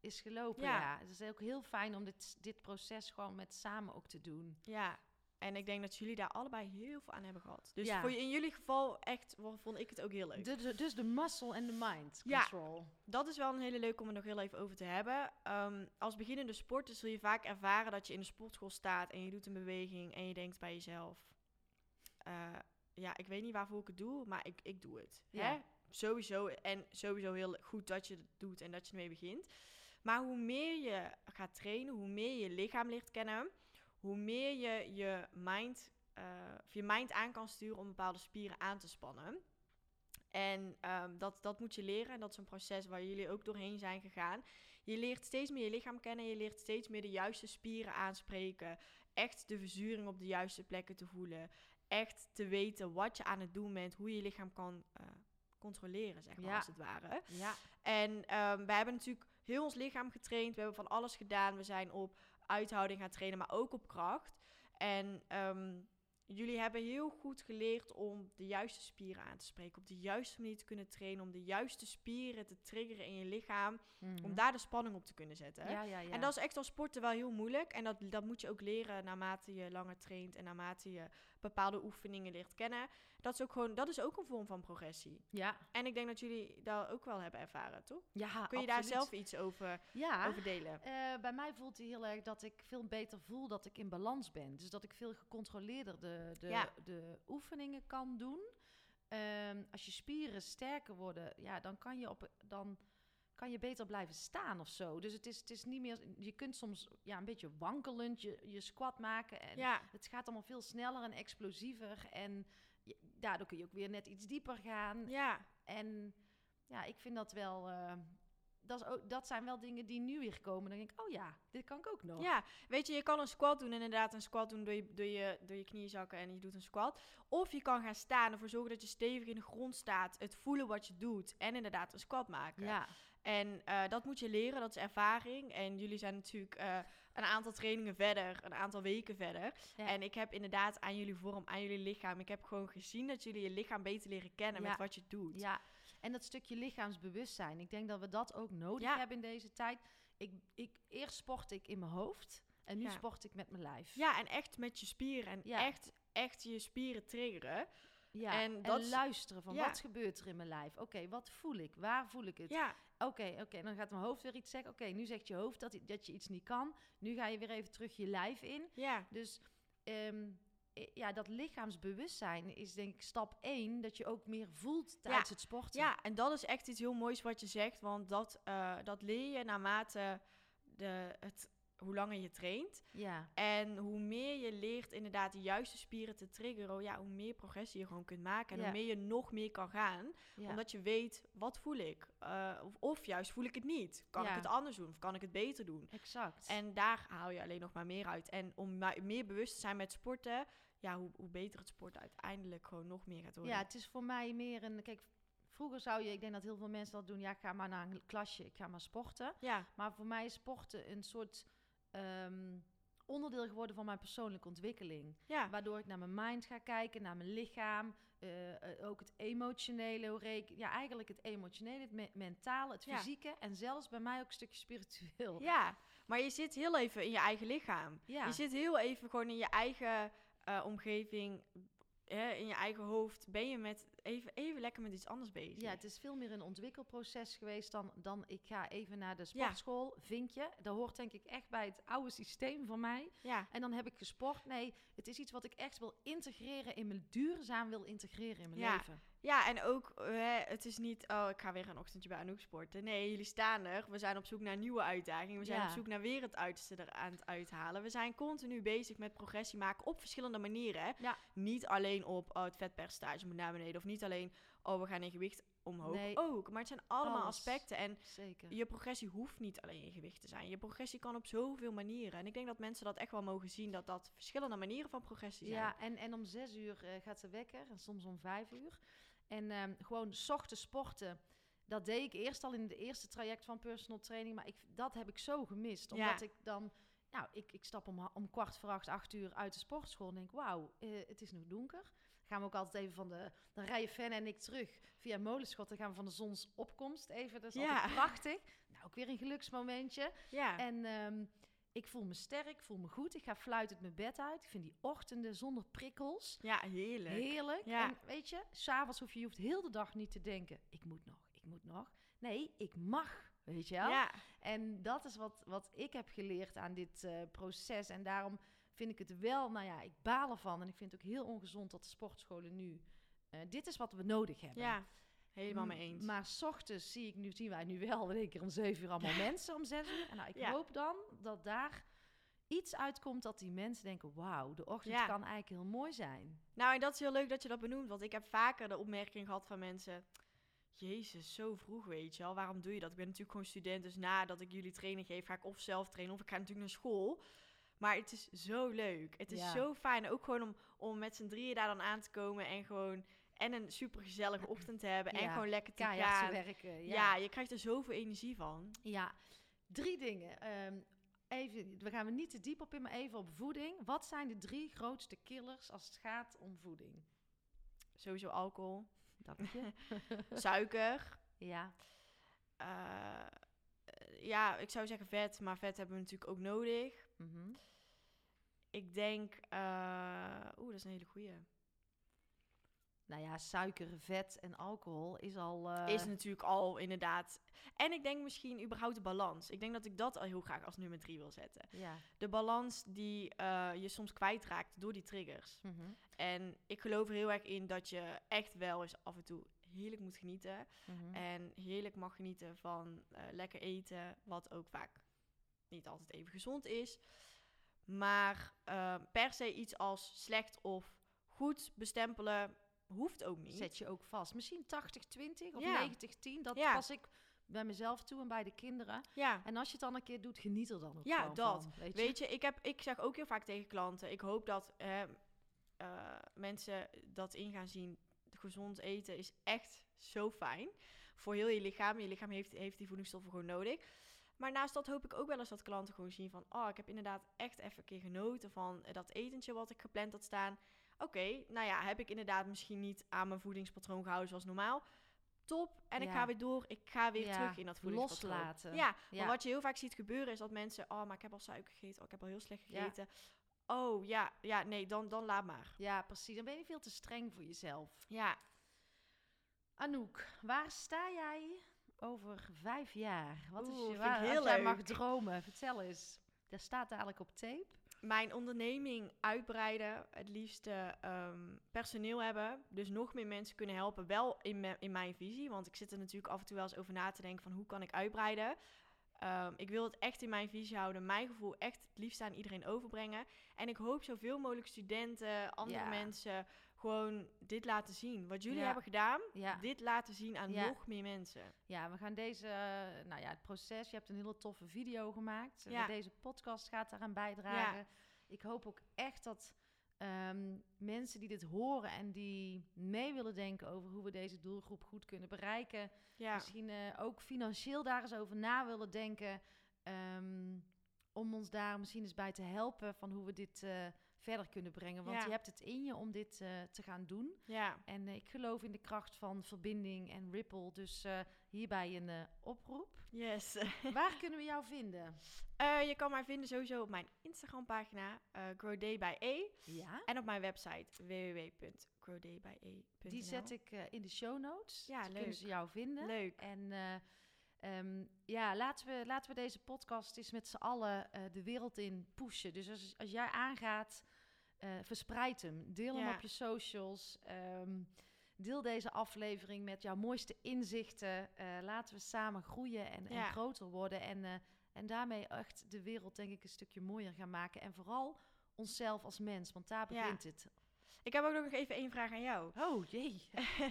is gelopen. Ja. Ja. Het is ook heel fijn om dit, dit proces gewoon met samen ook te doen. Ja, en ik denk dat jullie daar allebei heel veel aan hebben gehad. Dus Ja. voor je, in jullie geval echt, wel, vond ik het ook heel leuk. De, de- dus de muscle en de mind Ja. control. Dat is wel een hele leuk om er nog heel even over te hebben. Um, als beginnende sporter zul je vaak ervaren dat je in de sportschool staat en je doet een beweging en je denkt bij jezelf, uh, ja, ik weet niet waarvoor ik het doe, maar ik, ik doe het. Ja. Hè? Sowieso, en sowieso heel goed dat je het doet en dat je ermee begint. Maar hoe meer je gaat trainen, hoe meer je je lichaam leert kennen, hoe meer je je mind, uh, je mind aan kan sturen om bepaalde spieren aan te spannen. En um, dat, dat moet je leren en dat is een proces waar jullie ook doorheen zijn gegaan. Je leert steeds meer je lichaam kennen, je leert steeds meer de juiste spieren aanspreken, echt de verzuring op de juiste plekken te voelen, echt te weten wat je aan het doen bent, hoe je je lichaam kan uh, controleren, zeg maar, Ja. als het ware. Ja. En um, we hebben natuurlijk heel ons lichaam getraind, we hebben van alles gedaan, we zijn op uithouding gaan trainen, maar ook op kracht. En um, jullie hebben heel goed geleerd om de juiste spieren aan te spreken, op de juiste manier te kunnen trainen, om de juiste spieren te triggeren in je lichaam, Mm-hmm. om daar de spanning op te kunnen zetten. Ja, ja, ja. En dat is echt als sporten wel heel moeilijk. En dat, dat moet je ook leren naarmate je langer traint en naarmate je bepaalde oefeningen leert kennen. Dat is ook gewoon, dat is ook een vorm van progressie. Ja. En ik denk dat jullie dat ook wel hebben ervaren, toch? Ja, Kun je daar absoluut. zelf iets over, ja. over delen? Uh, bij mij voelt het heel erg dat ik veel beter voel dat ik in balans ben. Dus dat ik veel gecontroleerder de, de, Ja. de oefeningen kan doen. Um, als je spieren sterker worden, ja, dan kan je op dan kan je beter blijven staan of zo. Dus het is, het is niet meer. Je kunt soms ja, een beetje wankelend je, je squat maken. En Ja. het gaat allemaal veel sneller en explosiever. En je, daardoor kun je ook weer net iets dieper gaan. Ja. En ja, ik vind dat wel. Uh, Dat, is ook, dat zijn wel dingen die nu weer komen. Dan denk ik, oh ja, dit kan ik ook nog. Ja, weet je, je kan een squat doen. Inderdaad, een squat doen door je, door je, door je knieën zakken en je doet een squat. Of je kan gaan staan, ervoor zorgen dat je stevig in de grond staat. Het voelen wat je doet en inderdaad een squat maken. Ja. En uh, dat moet je leren, dat is ervaring. En jullie zijn natuurlijk uh, een aantal trainingen verder, een aantal weken verder. Ja. En ik heb inderdaad aan jullie vorm, aan jullie lichaam... ik heb gewoon gezien dat jullie je lichaam beter leren kennen ja. met wat je doet. Ja, en dat stukje lichaamsbewustzijn. Ik denk dat we dat ook nodig ja. hebben in deze tijd. Ik, ik, eerst sport ik in mijn hoofd en nu ja. sport ik met mijn lijf. Ja, en echt met je spieren. En ja. echt, echt je spieren triggeren. Ja, en, dat en luisteren van ja. wat gebeurt er in mijn lijf? Oké, okay, wat voel ik? Waar voel ik het? Ja. Oké, okay, oké, okay, dan gaat mijn hoofd weer iets zeggen. Oké, okay, nu zegt je hoofd dat, dat je iets niet kan. Nu ga je weer even terug je lijf in. Ja. Dus um, ja, dat lichaamsbewustzijn is denk ik stap één. Dat je ook meer voelt tijdens ja. het sporten. Ja, en dat is echt iets heel moois wat je zegt. Want dat, uh, dat leer je naarmate de, het... hoe langer je traint. Ja. En hoe meer je leert inderdaad de juiste spieren te triggeren, ja, hoe meer progressie je gewoon kunt maken. En ja. hoe meer je nog meer kan gaan. Ja. Omdat je weet, wat voel ik? Uh, of, of juist voel ik het niet? Kan ja. ik het anders doen? Of kan ik het beter doen? Exact. En daar haal je alleen nog maar meer uit. En om ma- meer bewust te zijn met sporten, ja, hoe, hoe beter het sporten uiteindelijk gewoon nog meer gaat worden. Ja, het is voor mij meer een... Kijk, vroeger zou je, ik denk dat heel veel mensen dat doen, ja, ik ga maar naar een klasje, ik ga maar sporten. Ja. Maar voor mij is sporten een soort um, onderdeel geworden van mijn persoonlijke ontwikkeling. Ja. Waardoor ik naar mijn mind ga kijken, naar mijn lichaam, uh, uh, ook het emotionele, hoe reken, ja, eigenlijk het emotionele, het me- mentale, het fysieke ja. en zelfs bij mij ook een stukje spiritueel. Ja, maar je zit heel even in je eigen lichaam. Ja. Je zit heel even gewoon in je eigen uh, omgeving, uh, in je eigen hoofd. Ben je met even, even lekker met iets anders bezig. Ja, het is veel meer een ontwikkelproces geweest dan, dan ik ga even naar de sportschool, ja. vinkje. Dat hoort denk ik echt bij het oude systeem van mij. Ja. En dan heb ik gesport. Nee, het is iets wat ik echt wil integreren in mijn duurzaam wil integreren in mijn ja. leven. Ja, en ook, uh, het is niet, oh, ik ga weer een ochtendje bij Anouk sporten. Nee, jullie staan er. We zijn op zoek naar nieuwe uitdagingen. We zijn ja. op zoek naar weer het uiterste er aan het uithalen. We zijn continu bezig met progressie maken op verschillende manieren. Ja. Niet alleen op, oh, het vetpercentage moet naar beneden. Of niet alleen, oh, we gaan in gewicht omhoog. Nee. Ook, maar het zijn allemaal Alles. aspecten. En Zeker. Je progressie hoeft niet alleen in gewicht te zijn. Je progressie kan op zoveel manieren. En ik denk dat mensen dat echt wel mogen zien, dat dat verschillende manieren van progressie zijn. Ja, en, en om zes uur uh, gaat de wekker en soms om vijf uur. En um, gewoon 's ochtends sporten, dat deed ik eerst al in het eerste traject van personal training. Maar ik, dat heb ik zo gemist. Omdat ja. ik dan, nou, ik, ik stap om, om kwart voor acht, acht uur uit de sportschool en denk, wauw, uh, het is nog donker. gaan we ook altijd even van de... Dan rijden Fenne en ik terug via Molenschot. Dan gaan we van de zonsopkomst even. Dat is Ja. altijd prachtig. Nou, ook weer een geluksmomentje. Ja. En um, ik voel me sterk, ik voel me goed. Ik ga fluitend mijn bed uit. Ik vind die ochtenden zonder prikkels Ja, heerlijk. heerlijk. Ja. En weet je, s'avonds hoef je, je hoeft heel de dag niet te denken... ik moet nog, ik moet nog. Nee, ik mag, weet je wel. Ja. En dat is wat, wat ik heb geleerd aan dit uh, proces. En daarom vind ik het wel, nou ja, ik baal ervan. En ik vind het ook heel ongezond dat de sportscholen nu... Uh, dit is wat we nodig hebben. Ja, helemaal mee eens. M- maar 's ochtends zie ik nu, zien wij nu wel in één keer om zeven uur allemaal mensen om zes uur. En nou, ik Ja. hoop dan dat daar iets uitkomt dat die mensen denken... wauw, de ochtend Ja. kan eigenlijk heel mooi zijn. Nou, en dat is heel leuk dat je dat benoemt. Want ik heb vaker de opmerking gehad van mensen... Jezus, zo vroeg, weet je wel. Waarom doe je dat? Ik ben natuurlijk gewoon student. Dus nadat ik jullie training geef, ga ik of zelf trainen... of ik ga natuurlijk naar school. Maar het is zo leuk. Het is Ja. zo fijn. Ook gewoon om, om met z'n drieën daar dan aan te komen... en gewoon en een super gezellige ochtend te hebben... en Ja, gewoon lekker te Keihard gaan. te werken. Ja. Ja. je krijgt er zoveel energie van. Ja, drie dingen. Um, even, we gaan we niet te diep op in, maar even op voeding. Wat zijn de drie grootste killers als het gaat om voeding? Sowieso alcohol. Dank je. Suiker. Ja. Uh, ja, ik zou zeggen vet. Maar vet hebben we natuurlijk ook nodig. Mm-hmm. Ik denk... Uh, Oeh, dat is een hele goeie. Nou ja, suiker, vet en alcohol is al... Uh... Is natuurlijk al inderdaad... En ik denk misschien überhaupt de balans. Ik denk dat ik dat al heel graag als nummer drie wil zetten. Ja. De balans die uh, je soms kwijtraakt door die triggers. Mm-hmm. En ik geloof er heel erg in dat je echt wel eens af en toe heerlijk moet genieten. Mm-hmm. En heerlijk mag genieten van uh, lekker eten. Wat ook vaak niet altijd even gezond is. Maar uh, per se iets als slecht of goed bestempelen... hoeft ook niet. Zet je ook vast. Misschien tachtig twintig of ja. negentig tien. Dat ja. pas ik bij mezelf toe en bij de kinderen. Ja. En als je het dan een keer doet, geniet er dan ook ja, gewoon dat. van. Weet, weet je, je ik, heb, ik zeg ook heel vaak tegen klanten... ik hoop dat uh, uh, mensen dat in gaan zien. Gezond eten is echt zo fijn. Voor heel je lichaam. Je lichaam heeft, heeft die voedingsstoffen gewoon nodig. Maar naast dat hoop ik ook wel eens dat klanten gewoon zien van... oh, ik heb inderdaad echt even een keer genoten van uh, dat etentje wat ik gepland had staan... Oké, okay, nou ja, heb ik inderdaad misschien niet aan mijn voedingspatroon gehouden zoals normaal. Top, en ja. ik ga weer door. Ik ga weer ja. terug in dat voedingspatroon. Loslaten. Ja, ja, maar wat je heel vaak ziet gebeuren is dat mensen... oh, maar ik heb al suiker gegeten, oh, ik heb al heel slecht gegeten. Ja. Oh, ja, ja, nee, dan, dan laat maar. Ja, precies. Dan ben je veel te streng voor jezelf. Ja. Anouk, waar sta jij over vijf jaar? Wat Oeh, is je, vind waar, ik heel als jij leuk. mag dromen, vertel eens. Daar staat dadelijk op tape. Mijn onderneming uitbreiden, het liefst um, personeel hebben. Dus nog meer mensen kunnen helpen, wel in, me, in mijn visie. Want ik zit er natuurlijk af en toe wel eens over na te denken van hoe kan ik uitbreiden. Um, ik wil het echt in mijn visie houden, mijn gevoel echt het liefst aan iedereen overbrengen. En ik hoop zoveel mogelijk studenten, andere ja. mensen, gewoon dit laten zien. Wat jullie ja. hebben gedaan, ja. dit laten zien aan ja. nog meer mensen. Ja, we gaan deze, uh, nou ja, het proces, je hebt een hele toffe video gemaakt. Ja. Deze podcast gaat daaraan bijdragen. Ja. Ik hoop ook echt dat um, mensen die dit horen en die mee willen denken over hoe we deze doelgroep goed kunnen bereiken. Ja. Misschien uh, ook financieel daar eens over na willen denken. Um, om ons daar misschien eens bij te helpen van hoe we dit uh, verder kunnen brengen. Want ja. je hebt het in je om dit uh, te gaan doen. Ja. En uh, ik geloof in de kracht van verbinding en ripple. Dus uh, hierbij een uh, oproep. Yes. Waar kunnen we jou vinden? Uh, je kan mij vinden sowieso op mijn Instagram pagina, uh, growday by E. Ja. En op mijn website w w w punt growday by e punt n l. Die zet ik uh, in de show notes. Ja, dus leuk. kunnen ze jou vinden. Leuk. En uh, um, ja, laten we, laten we deze podcast eens met z'n allen uh, de wereld in pushen. Dus als, als jij aangaat, uh, verspreid hem. Deel ja. hem op je socials. Um, deel deze aflevering met jouw mooiste inzichten. Uh, laten we samen groeien en, ja. en groter worden. En, uh, en daarmee echt de wereld denk ik een stukje mooier gaan maken. En vooral onszelf als mens, want daar begint ja. het. Ik heb ook nog even één vraag aan jou. Oh, jee.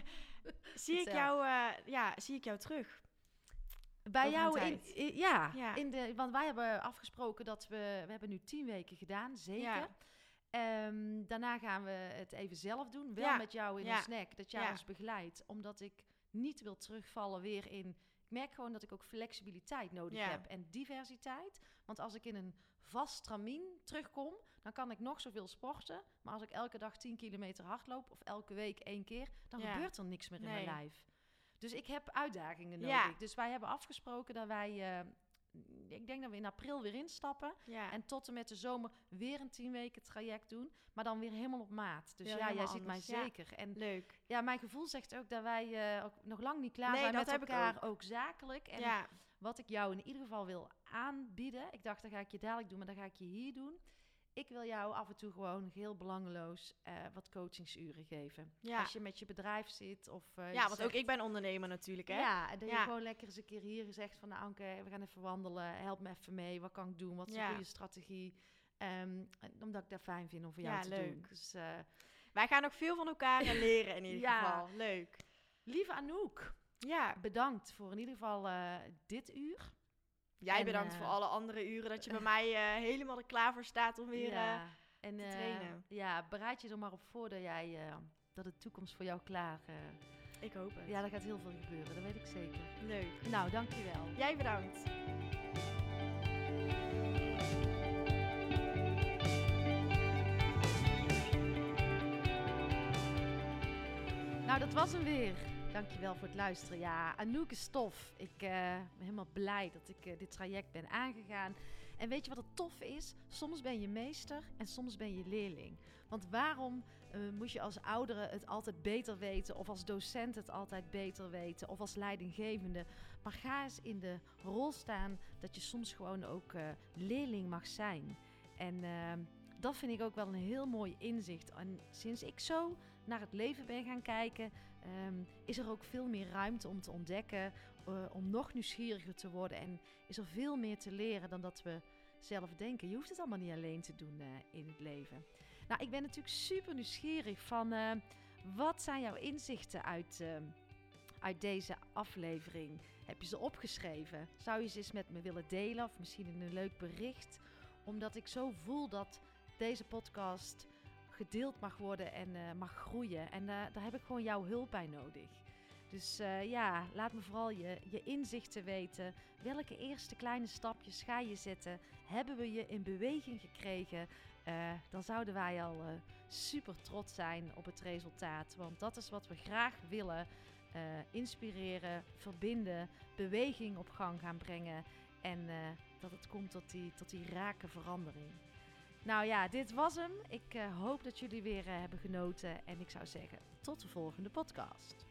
zie, ik jou, uh, ja, zie ik jou terug? Bij Over jou, een in, in, ja, ja. in de, want wij hebben afgesproken dat we, we hebben nu tien weken gedaan, zeker. Ja. Um, daarna gaan we het even zelf doen, wel ja. met jou in ja. een snack, dat jij ja. ons begeleidt. Omdat ik niet wil terugvallen weer in merk gewoon dat ik ook flexibiliteit nodig Ja. heb en diversiteit. Want als ik in een vast tramien terugkom, dan kan ik nog zoveel sporten. Maar als ik elke dag tien kilometer hardloop of elke week één keer, dan Ja. gebeurt er niks meer in Nee. mijn lijf. Dus ik heb uitdagingen Ja. nodig. Dus wij hebben afgesproken dat wij, uh, ik denk dat we in april weer instappen. Ja. En tot en met de zomer weer een tien weken traject doen. Maar dan weer helemaal op maat. Dus Weer ja, jij helemaal ziet mij anders, ja. zeker. En Leuk. ja, mijn gevoel zegt ook dat wij uh, ook nog lang niet klaar Nee, zijn dat met heb ik elkaar. Ook. ook zakelijk. En Ja. wat ik jou in ieder geval wil aanbieden. Ik dacht, dat ga ik je dadelijk doen, maar dan ga ik je hier doen. Ik wil jou af en toe gewoon heel belangeloos uh, wat coachingsuren geven. Ja. Als je met je bedrijf zit of... Uh, Ja, want zegt, ook ik ben ondernemer natuurlijk, hè? Ja, en dat Ja. je gewoon lekker eens een keer hier zegt van... Nou, Anke, we gaan even wandelen. Help me even mee. Wat kan ik doen? Wat is Ja. een goede strategie? Um, omdat ik dat fijn vind om voor jou Ja, te leuk. doen. Dus, uh, wij gaan ook veel van elkaar leren in ieder Ja. geval. Leuk. Lieve Anouk, Ja. bedankt voor in ieder geval uh, dit uur. Jij En, bedankt uh, voor alle andere uren dat je bij mij uh, helemaal er klaar voor staat om weer ja. uh, en, te uh, trainen. Ja, bereid je er maar op voor dat, jij, uh, dat de toekomst voor jou klaar... Uh, ik hoop het. Ja, er gaat heel veel gebeuren, dat weet ik zeker. Leuk. Nou, dankjewel. Jij bedankt. Nou, dat was hem weer. Dankjewel voor het luisteren. Ja, Anouk is tof. Ik uh, ben helemaal blij dat ik uh, dit traject ben aangegaan. En weet je wat het tof is? Soms ben je meester en soms ben je leerling. Want waarom uh, moet je als oudere het altijd beter weten... of als docent het altijd beter weten of als leidinggevende? Maar ga eens in de rol staan dat je soms gewoon ook uh, leerling mag zijn. En uh, dat vind ik ook wel een heel mooi inzicht. En sinds ik zo naar het leven ben gaan kijken... Um, is er ook veel meer ruimte om te ontdekken, uh, om nog nieuwsgieriger te worden. En is er veel meer te leren dan dat we zelf denken. Je hoeft het allemaal niet alleen te doen uh, in het leven. Nou, ik ben natuurlijk super nieuwsgierig van uh, wat zijn jouw inzichten uit, uh, uit deze aflevering? Heb je ze opgeschreven? Zou je ze eens met me willen delen of misschien in een leuk bericht? Omdat ik zo voel dat deze podcast... gedeeld mag worden en uh, mag groeien. En uh, daar heb ik gewoon jouw hulp bij nodig. Dus uh, ja, laat me vooral je, je inzichten weten. Welke eerste kleine stapjes ga je zetten? Hebben we je in beweging gekregen? Uh, dan zouden wij al uh, super trots zijn op het resultaat. Want dat is wat we graag willen. Uh, inspireren, verbinden, beweging op gang gaan brengen. En uh, dat het komt tot die, tot die rake verandering. Nou ja, dit was hem. Ik uh, hoop dat jullie weer uh, hebben genoten. En ik zou zeggen, tot de volgende podcast.